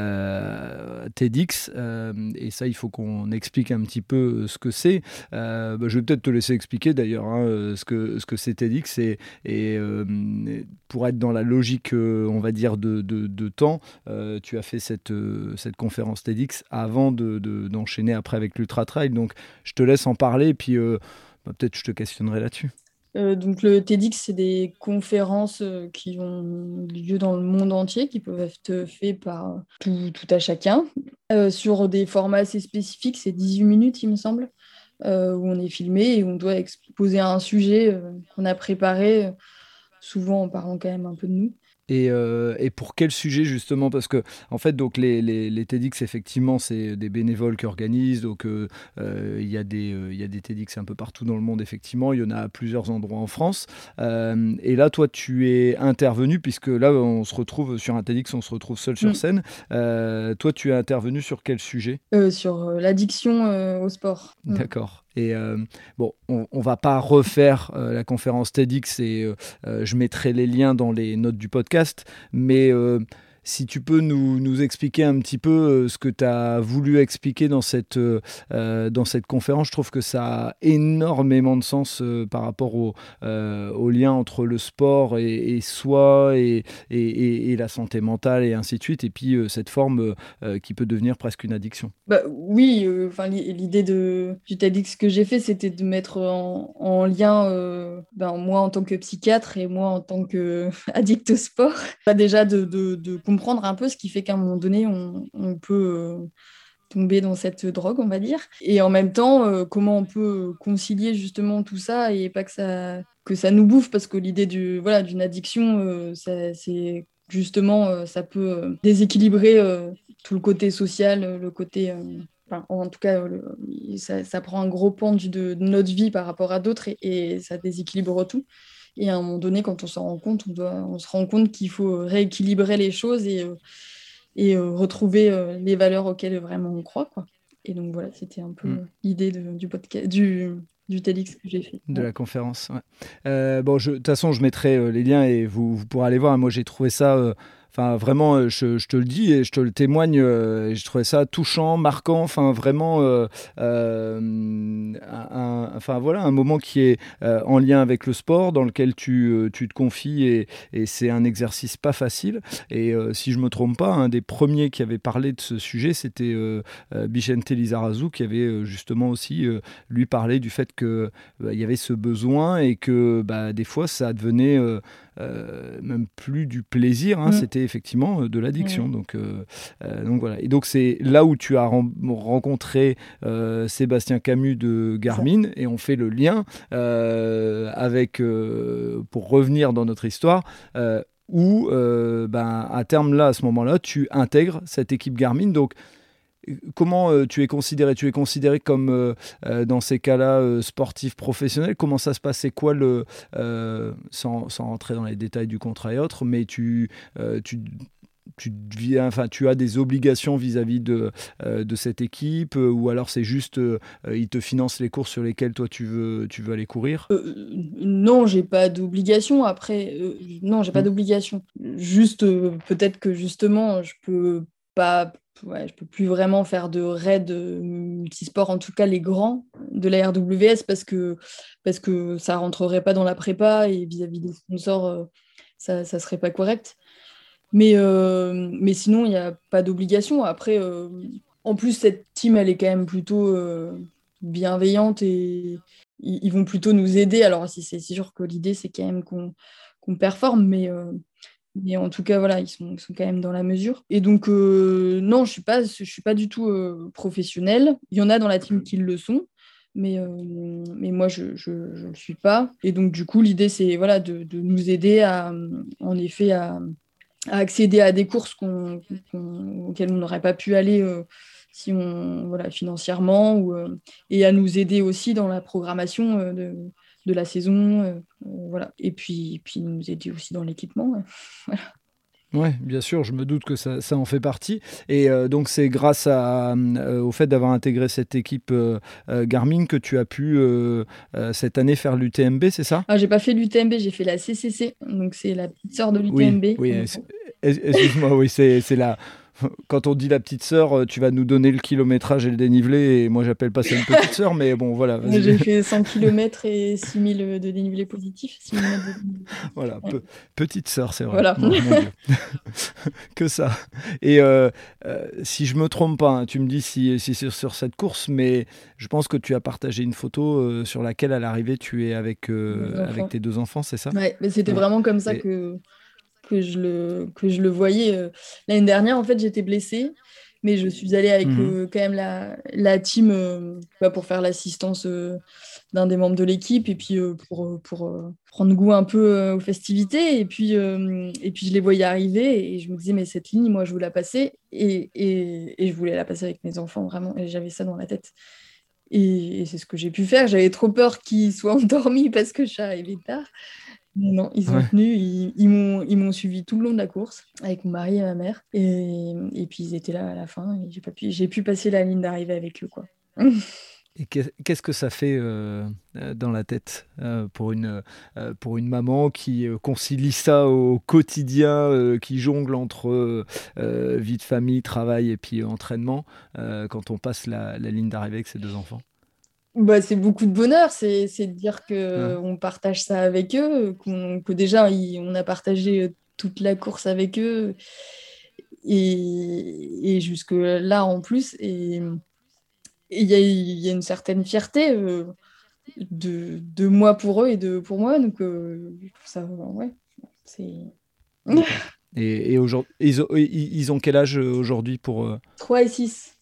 S2: euh, à TEDx, euh, et ça, il faut qu'on explique un petit peu euh, ce que c'est. Euh, bah, je vais peut-être te laisser expliquer d'ailleurs hein, euh, ce que, ce que c'est TEDx, et, et euh, pour être dans la logique, euh, on va dire, de, de, de temps, euh, tu as fait cette, euh, cette conférence TEDx avant de, de- d'enchaîner après avec l'Ultra Trail, donc je te laisse en parler, et puis euh, bah, peut-être je te questionnerai là-dessus.
S1: Euh, donc le TEDx, c'est des conférences euh, qui ont lieu dans le monde entier, qui peuvent être faites par tout, tout à chacun, euh, sur des formats assez spécifiques, c'est dix-huit minutes, il me semble, euh, où on est filmé et on doit exposer un sujet euh, qu'on a préparé, euh, souvent en parlant quand même un peu de nous.
S2: Et, euh, et pour quel sujet justement? Parce que en fait, donc les, les, les TEDx, effectivement, c'est des bénévoles qui organisent. Donc euh, euh, il y a des euh, il y a des TEDx un peu partout dans le monde, effectivement. Il y en a à plusieurs endroits en France. Euh, et là, toi, tu es intervenu puisque là, on se retrouve sur un TEDx, on se retrouve seul sur
S1: Mm.
S2: scène. Euh, toi, tu es intervenu sur quel sujet?
S1: Euh, sur euh, l'addiction euh, au sport. Mm.
S2: D'accord. Et euh, bon, on, on va pas refaire euh, la conférence TEDx et euh, euh, je mettrai les liens dans les notes du podcast, mais euh, si tu peux nous, nous expliquer un petit peu euh, ce que tu as voulu expliquer dans cette, euh, euh, dans cette conférence, je trouve que ça a énormément de sens euh, par rapport au, euh, au lien entre le sport et, et soi et, et, et- et la santé mentale et ainsi de suite, et puis euh, cette forme euh, qui peut devenir presque une addiction.
S1: Bah, oui, euh, enfin, l'i- l'idée de, du TEDx que j'ai fait, c'était de mettre en, en lien euh, ben, moi en tant que psychiatre et moi en tant qu'addict au sport. Bah, déjà de, de- de comprendre un peu ce qui fait qu'à un moment donné, on, on peut euh, tomber dans cette drogue, on va dire. Et en même temps, euh, comment on peut concilier justement tout ça et pas que ça, que ça nous bouffe, parce que l'idée du, voilà, d'une addiction, euh, ça- c'est justement, euh, ça peut euh, déséquilibrer. euh, tout le côté social, le côté... Euh, enfin, en tout cas, le, ça, ça prend un gros pan de, de notre vie par rapport à d'autres et, et ça déséquilibre tout. Et à un moment donné, quand on s'en rend compte, on, doit, on se rend compte qu'il faut rééquilibrer les choses et, euh, et euh, retrouver euh, les valeurs auxquelles vraiment on croit, quoi. Et donc voilà, c'était un peu mmh. l'idée de, du podcast, du, du TEDx que j'ai fait.
S2: De
S1: ouais.
S2: la conférence, ouais. Euh, bon, de toute façon, je mettrai euh, les liens et vous, vous pourrez aller voir. Moi, j'ai trouvé ça... Euh, Enfin, vraiment, je, je te le dis et je te le témoigne, euh, je trouvais ça touchant, marquant, enfin, vraiment, euh, euh, un, enfin, voilà, un moment qui est euh, en lien avec le sport, dans lequel tu, euh, tu te confies et, et c'est un exercice pas facile. Et euh, si je me trompe pas, un des premiers qui avait parlé de ce sujet, c'était euh, euh, Bicente Lizarazu, qui avait euh, justement aussi, euh, lui, parlé du fait qu'il bah, y avait ce besoin et que bah, des fois, ça devenait... Euh, Euh, même plus du plaisir, hein, mmh. c'était effectivement de l'addiction. Mmh. Donc, euh, euh, donc voilà. Et donc c'est là où tu as ren- rencontré euh, Sébastien Camus de Garmin et on fait le lien euh, avec, euh, pour revenir dans notre histoire, euh, où euh, ben, à terme là, à ce moment-là, tu intègres cette équipe Garmin. Donc comment euh, tu es considéré ? Tu es considéré comme, euh, euh, dans ces cas-là, euh, sportif professionnel ? Comment ça se passe ? C'est quoi le... Euh, sans, sans rentrer dans les détails du contrat et autres, mais tu... Euh, tu Tu, deviens, enfin, tu as des obligations vis-à-vis de, euh, de cette équipe euh, ou alors c'est juste euh, ils te financent les courses sur lesquelles toi tu veux, tu veux aller courir ?
S1: euh, Non, j'ai pas d'obligation. Après, euh, non, j'ai pas mmh. d'obligation. Juste, euh, peut-être que justement, je peux pas, ouais, je peux plus vraiment faire de raids multisport, en tout cas les grands de la R W S, parce que, parce que ça rentrerait pas dans la prépa et vis-à-vis des sponsors, euh, ça, ça serait pas correct. Mais, euh, mais sinon, il n'y a pas d'obligation. Après, euh, en plus, cette team, elle est quand même plutôt euh, bienveillante et ils, ils vont plutôt nous aider. Alors, c'est, c'est sûr que l'idée, c'est quand même qu'on, qu'on performe, mais, euh, mais en tout cas, voilà, ils sont, ils sont quand même dans la mesure. Et donc, euh, non, je ne suis, suis pas du tout euh, professionnelle. Il y en a dans la team qui le sont. Mais, euh, mais moi, je ne le suis pas. Et donc, du coup, l'idée, c'est voilà, de, de nous aider à, en effet, à à accéder à des courses qu'on, qu'on, auxquelles on n'aurait pas pu aller euh, si on, voilà, financièrement, ou, euh, et à nous aider aussi dans la programmation euh, de, de la saison. Euh, voilà. Et puis, puis nous aider aussi dans l'équipement. Ouais. Voilà.
S2: Oui, bien sûr, je me doute que ça, ça en fait partie. Et euh, donc, c'est grâce à, euh, au fait d'avoir intégré cette équipe euh, euh, Garmin que tu as pu, euh, euh, cette année, faire l'U T M B, c'est ça ?
S1: Ah, j'ai pas fait l'U T M B, j'ai fait la C C C, donc c'est la petite sœur de l'U T M B.
S2: Oui, oui, excuse-moi, oui, c'est, c'est la... Quand on dit la petite sœur, tu vas nous donner le kilométrage et le dénivelé, et moi j'appelle pas ça une petite sœur, mais bon voilà. Vas-y.
S1: J'ai fait cent kilomètres et six mille de dénivelé positif. six mille mètres de dénivelé positif.
S2: Voilà, ouais. Pe- petite sœur, c'est vrai.
S1: Voilà.
S2: Bon, mon Dieu. Que ça. Et euh, euh, si je me trompe pas, hein, tu me dis si, si c'est sur cette course, mais je pense que tu as partagé une photo euh, sur laquelle à l'arrivée tu es avec, euh, avec tes deux enfants, c'est ça ?
S1: Ouais, mais c'était
S2: ouais.
S1: vraiment comme ça
S2: et...
S1: que. Que je, le, que je le voyais. Euh, l'année dernière, en fait, j'étais blessée, mais je suis allée avec mmh. euh, quand même la, la team euh, bah, pour faire l'assistance euh, d'un des membres de l'équipe et puis euh, pour, pour euh, prendre goût un peu euh, aux festivités. Et puis, euh, et puis, je les voyais arriver et je me disais, mais cette ligne, moi, je veux la passer. Et, et, et je voulais la passer avec mes enfants, vraiment. Et j'avais ça dans la tête. Et, et c'est ce que j'ai pu faire. J'avais trop peur qu'ils soient endormis parce que je suis arrivée tard. Mais non, ils ont ouais. tenu, ils, ils, m'ont, ils m'ont suivi tout le long de la course avec mon mari et ma mère. Et, et puis ils étaient là à la fin et j'ai, pas pu, j'ai pu passer la ligne d'arrivée avec eux, quoi.
S2: Et qu'est-ce que ça fait euh, dans la tête euh, pour, une, euh, pour une maman qui euh, concilie ça au quotidien, euh, qui jongle entre euh, vie de famille, travail et puis entraînement, euh, quand on passe la, la ligne d'arrivée avec ses deux enfants ?
S1: Bah, c'est beaucoup de bonheur, c'est, c'est de dire qu'on ouais. partage ça avec eux, qu'on, que déjà y, on a partagé toute la course avec eux et, et jusque là en plus. Et il y, y a une certaine fierté euh, de, de moi pour eux et de pour moi. Donc euh, ça, ouais, c'est...
S2: Et, et aujourd'hui, ils ont, ils ont quel âge aujourd'hui pour... Euh...
S1: trois et six.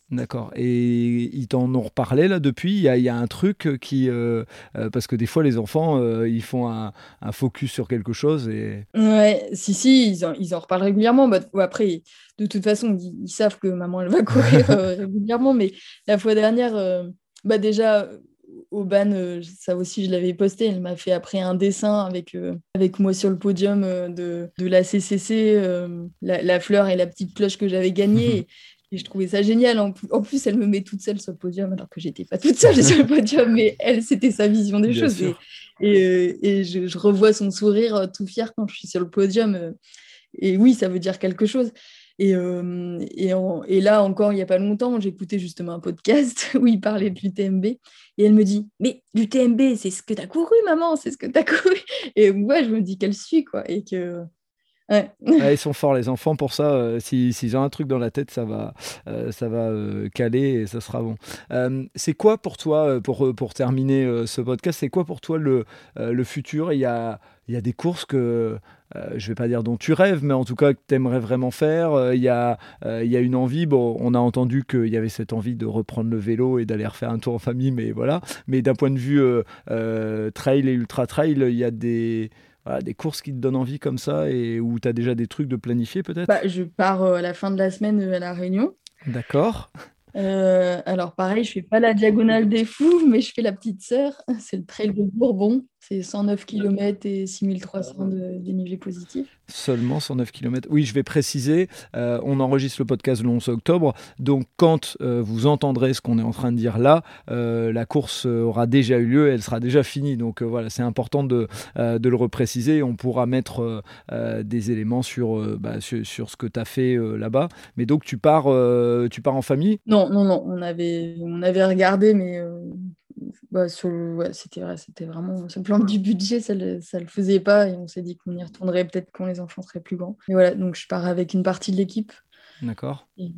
S2: D'accord. Et ils t'en ont reparlé là depuis? Il y a, il y a un truc qui... euh, euh, parce que des fois, les enfants, euh, ils font un, un focus sur quelque chose et...
S1: Ouais, si, si, ils en, ils en reparlent régulièrement. Bah, ou après, de toute façon, ils, ils savent que maman, elle va courir euh, régulièrement. Mais la fois dernière, euh, bah déjà, Aubane, euh, ça aussi, je l'avais posté. Elle m'a fait après un dessin avec, euh, avec moi sur le podium euh, de, de la C C C, euh, la, la fleur et la petite cloche que j'avais gagnée. Et je trouvais ça génial. En plus, en plus, elle me met toute seule sur le podium, alors que j'étais pas toute seule sur le podium, mais elle, c'était sa vision des
S2: Bien
S1: choses.
S2: sûr.
S1: Et, et, euh, et je, je revois son sourire euh, tout fier quand je suis sur le podium. euh, Et oui, ça veut dire quelque chose. Et, euh, et, en- et là, encore, il n'y a pas longtemps, j'écoutais justement un podcast où il parlait de l'U T M B. Et elle me dit, mais l'U T M B, c'est ce que tu as couru, maman, c'est ce que tu as couru. Et moi, je me dis qu'elle suit, quoi. Et que... Ouais.
S2: Ouais, ils sont forts, les enfants, pour ça. Euh, si- s'ils ont un truc dans la tête, ça va, euh, ça va euh, caler et ça sera bon. Euh, c'est quoi pour toi, euh, pour, euh, pour terminer euh, ce podcast, c'est quoi pour toi le, euh, le futur? Il y a, il y a des courses que, euh, je vais pas dire dont tu rêves, mais en tout cas que tu aimerais vraiment faire. Euh, Il y a, euh, il y a une envie. Bon, on a entendu qu'il y avait cette envie de reprendre le vélo et d'aller refaire un tour en famille, mais voilà. Mais d'un point de vue euh, euh, trail et ultra trail, il y a des voilà, des courses qui te donnent envie comme ça et où tu as déjà des trucs de planifier peut-être?
S1: Bah, je pars euh, à la fin de la semaine euh, à La Réunion.
S2: D'accord.
S1: Euh, alors pareil, je fais pas la diagonale des fous, mais je fais la petite sœur. C'est le trail de Bourbon. C'est cent neuf kilomètres et six mille trois cents de dénivelé positif.
S2: Seulement cent neuf kilomètres. Oui, je vais préciser, euh, on enregistre le podcast le onze octobre, donc quand euh, vous entendrez ce qu'on est en train de dire là, euh, la course aura déjà eu lieu, elle sera déjà finie. Donc euh, voilà, c'est important de, euh, de le repréciser et on pourra mettre euh, euh, des éléments sur, euh, bah, sur, sur ce que tu as fait euh, là-bas. Mais donc tu pars, euh, tu pars en famille?
S1: Non, non, non, on avait, on avait regardé, mais euh, bah, sur le- ouais, c'était vrai, c'était vraiment sur le plan du budget, ça le, ça le faisait pas et on s'est dit qu'on y retournerait peut-être quand les enfants seraient plus grands. Et voilà, donc je pars avec une partie de l'équipe.
S2: D'accord.
S1: Et,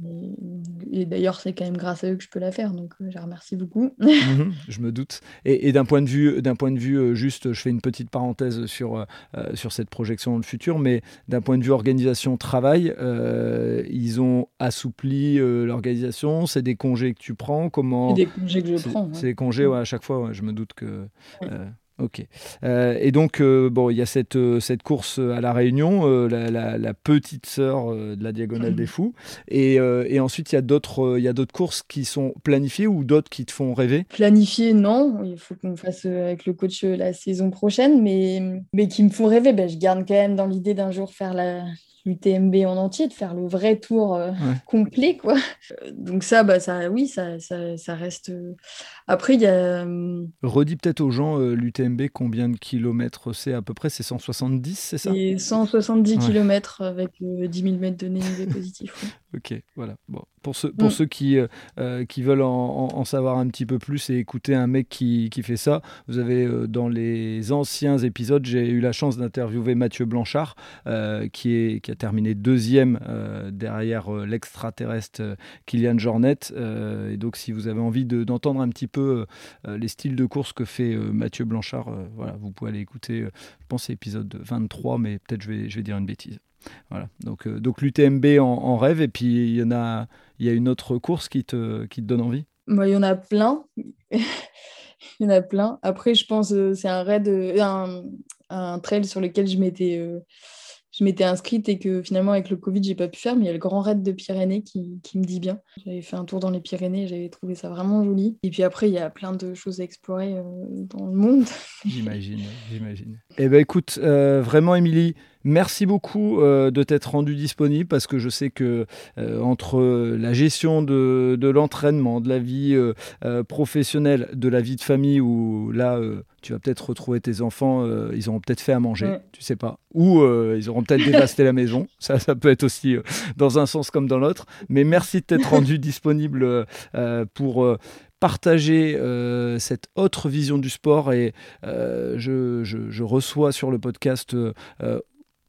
S1: et d'ailleurs, c'est quand même grâce à eux que je peux la faire, donc euh, je les remercie beaucoup.
S2: Mhm, je me doute. Et, et d'un point de vue, d'un point de vue euh, juste, je fais une petite parenthèse sur, euh, euh, sur cette projection dans le futur, mais d'un point de vue organisation travail, euh, ils ont assoupli euh, l'organisation. C'est des congés que tu prends.
S1: C'est
S2: Comment?
S1: des congés que je
S2: C'est
S1: prends.
S2: c'est
S1: Ouais.
S2: des congés, ouais, à chaque fois. Ouais, je me doute que.
S1: Ouais.
S2: euh, Ok. Euh, et donc, euh, bon, il y a cette, euh, cette course à La Réunion, euh, la, la- la petite sœur euh, de la Diagonale des Fous. Et, euh, et ensuite, il y a d'autres, euh, il y a d'autres courses qui sont planifiées ou d'autres qui te font rêver?
S1: Planifier, non. Il faut qu'on fasse euh, avec le coach euh, la saison prochaine, mais, mais qui me font rêver. Ben, je garde quand même dans l'idée d'un jour faire la l'U T M B en entier, de faire le vrai tour euh,
S2: Ouais.
S1: complet, quoi. Euh, Donc ça, bah, ça oui, ça, ça, ça reste... euh, Après, il y a... euh,
S2: Redis peut-être aux gens, euh, l'U T M B, combien de kilomètres c'est à peu près? C'est cent soixante-dix, c'est ça?
S1: c'est cent soixante-dix
S2: Ouais.
S1: kilomètres avec euh, dix mille mètres de dénivelé positif. Ouais.
S2: Ok, voilà. Bon. Pour ceux, pour
S1: Mm.
S2: ceux qui, euh, euh, qui veulent en, en- en savoir un petit peu plus et écouter un mec qui, qui fait ça, vous avez euh, dans les anciens épisodes, j'ai eu la chance d'interviewer Mathieu Blanchard, euh, qui, est, qui a terminé deuxième euh, derrière euh, l'extraterrestre euh, Kylian Jornet. Euh, et donc, si vous avez envie de- d'entendre un petit peu euh, les styles de course que fait euh, Mathieu Blanchard, euh, voilà, vous pouvez aller écouter, euh, je pense, c'est épisode vingt-trois, mais peut-être je vais, je vais dire une bêtise. Voilà, donc, euh, donc l'U T M B en, en rêve, et puis il y en a, il y a une autre course qui te, qui te donne envie?
S1: Bah, il y en a plein. Il y en a plein. Après, je pense que c'est un raid, euh, un, un trail sur lequel je m'étais euh, je m'étais inscrite et que finalement, avec le Covid, j'ai pas pu faire. Mais il y a le Grand Raid de Pyrénées qui, qui me dit bien. J'avais fait un tour dans les Pyrénées, j'avais trouvé ça vraiment joli. Et puis après, il y a plein de choses à explorer euh, dans le monde.
S2: J'imagine, j'imagine. Eh ben écoute, euh, vraiment Émilie, merci beaucoup euh, de t'être rendue disponible parce que je sais que euh, entre la gestion de, de l'entraînement, de la vie euh, euh, professionnelle, de la vie de famille où là euh, tu vas peut-être retrouver tes enfants, euh, ils auront peut-être fait à manger,
S1: Ouais.
S2: tu sais pas, ou euh, ils auront peut-être dévasté la maison, ça, ça peut être aussi euh, dans un sens comme dans l'autre, mais merci de t'être rendue disponible euh, pour... Euh, partager euh, cette autre vision du sport et euh, je, je, je reçois sur le podcast euh,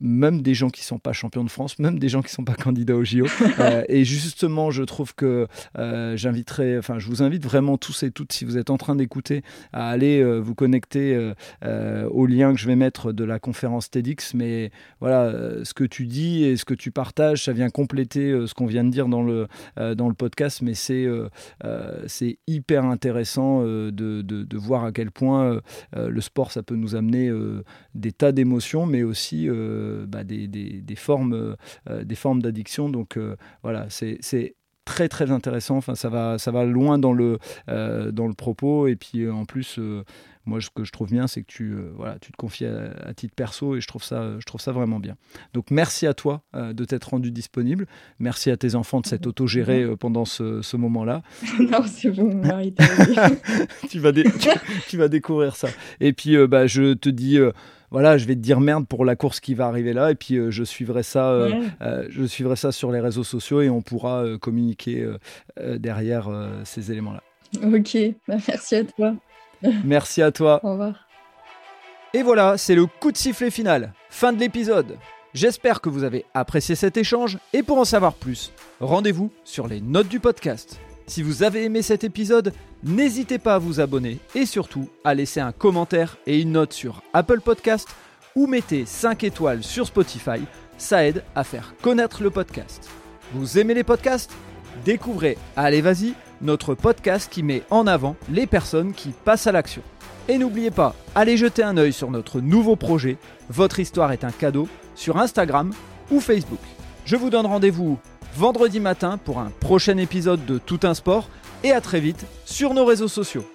S2: même des gens qui ne sont pas champions de France, même des gens qui ne sont pas candidats aux J O. euh, et justement, je trouve que euh, j'inviterai, enfin, je vous invite vraiment tous et toutes, si vous êtes en train d'écouter, à aller euh, vous connecter euh, euh, au lien que je vais mettre de la conférence TEDx. Mais voilà, euh, ce que tu dis et ce que tu partages, ça vient compléter euh, ce qu'on vient de dire dans le, euh, dans le podcast. Mais c'est, euh, euh, c'est hyper intéressant euh, de, de, de voir à quel point euh, le sport, ça peut nous amener euh, des tas d'émotions, mais aussi euh, bah, des, des, des formes, euh, des formes d'addiction. Donc euh, voilà, c'est, c'est très très intéressant. Enfin, ça va, ça va loin dans le, euh, dans le propos. Et puis en plus, euh, moi, ce que je trouve bien, c'est que tu, euh, voilà, tu te confies à, à titre perso, et je trouve ça, je trouve ça vraiment bien. Donc merci à toi euh, de t'être rendu disponible. Merci à tes enfants de s'être autogérés euh, pendant ce, ce moment-là.
S1: Non, c'est bon, arrête.
S2: tu, vas dé- tu, tu vas découvrir ça. Et puis, euh, bah, je te dis... Euh, Voilà, je vais te dire merde pour la course qui va arriver là, et puis euh, je suivrai ça, euh, ouais. euh, je suivrai ça sur les réseaux sociaux, et on pourra euh, communiquer euh, euh, derrière euh, ces éléments-là.
S1: Ok, bah, merci à toi.
S2: Merci à toi.
S1: Au revoir.
S2: Et voilà, c'est le coup de sifflet final. Fin de l'épisode. J'espère que vous avez apprécié cet échange, et pour en savoir plus, rendez-vous sur les notes du podcast. Si vous avez aimé cet épisode, n'hésitez pas à vous abonner et surtout à laisser un commentaire et une note sur Apple Podcast ou mettez cinq étoiles sur Spotify, ça aide à faire connaître le podcast. Vous aimez les podcasts ? Découvrez Allez Vas-y, notre podcast qui met en avant les personnes qui passent à l'action. Et n'oubliez pas, allez jeter un œil sur notre nouveau projet, Votre Histoire est un cadeau, sur Instagram ou Facebook. Je vous donne rendez-vous vendredi matin pour un prochain épisode de Tout un sport, et à très vite sur nos réseaux sociaux.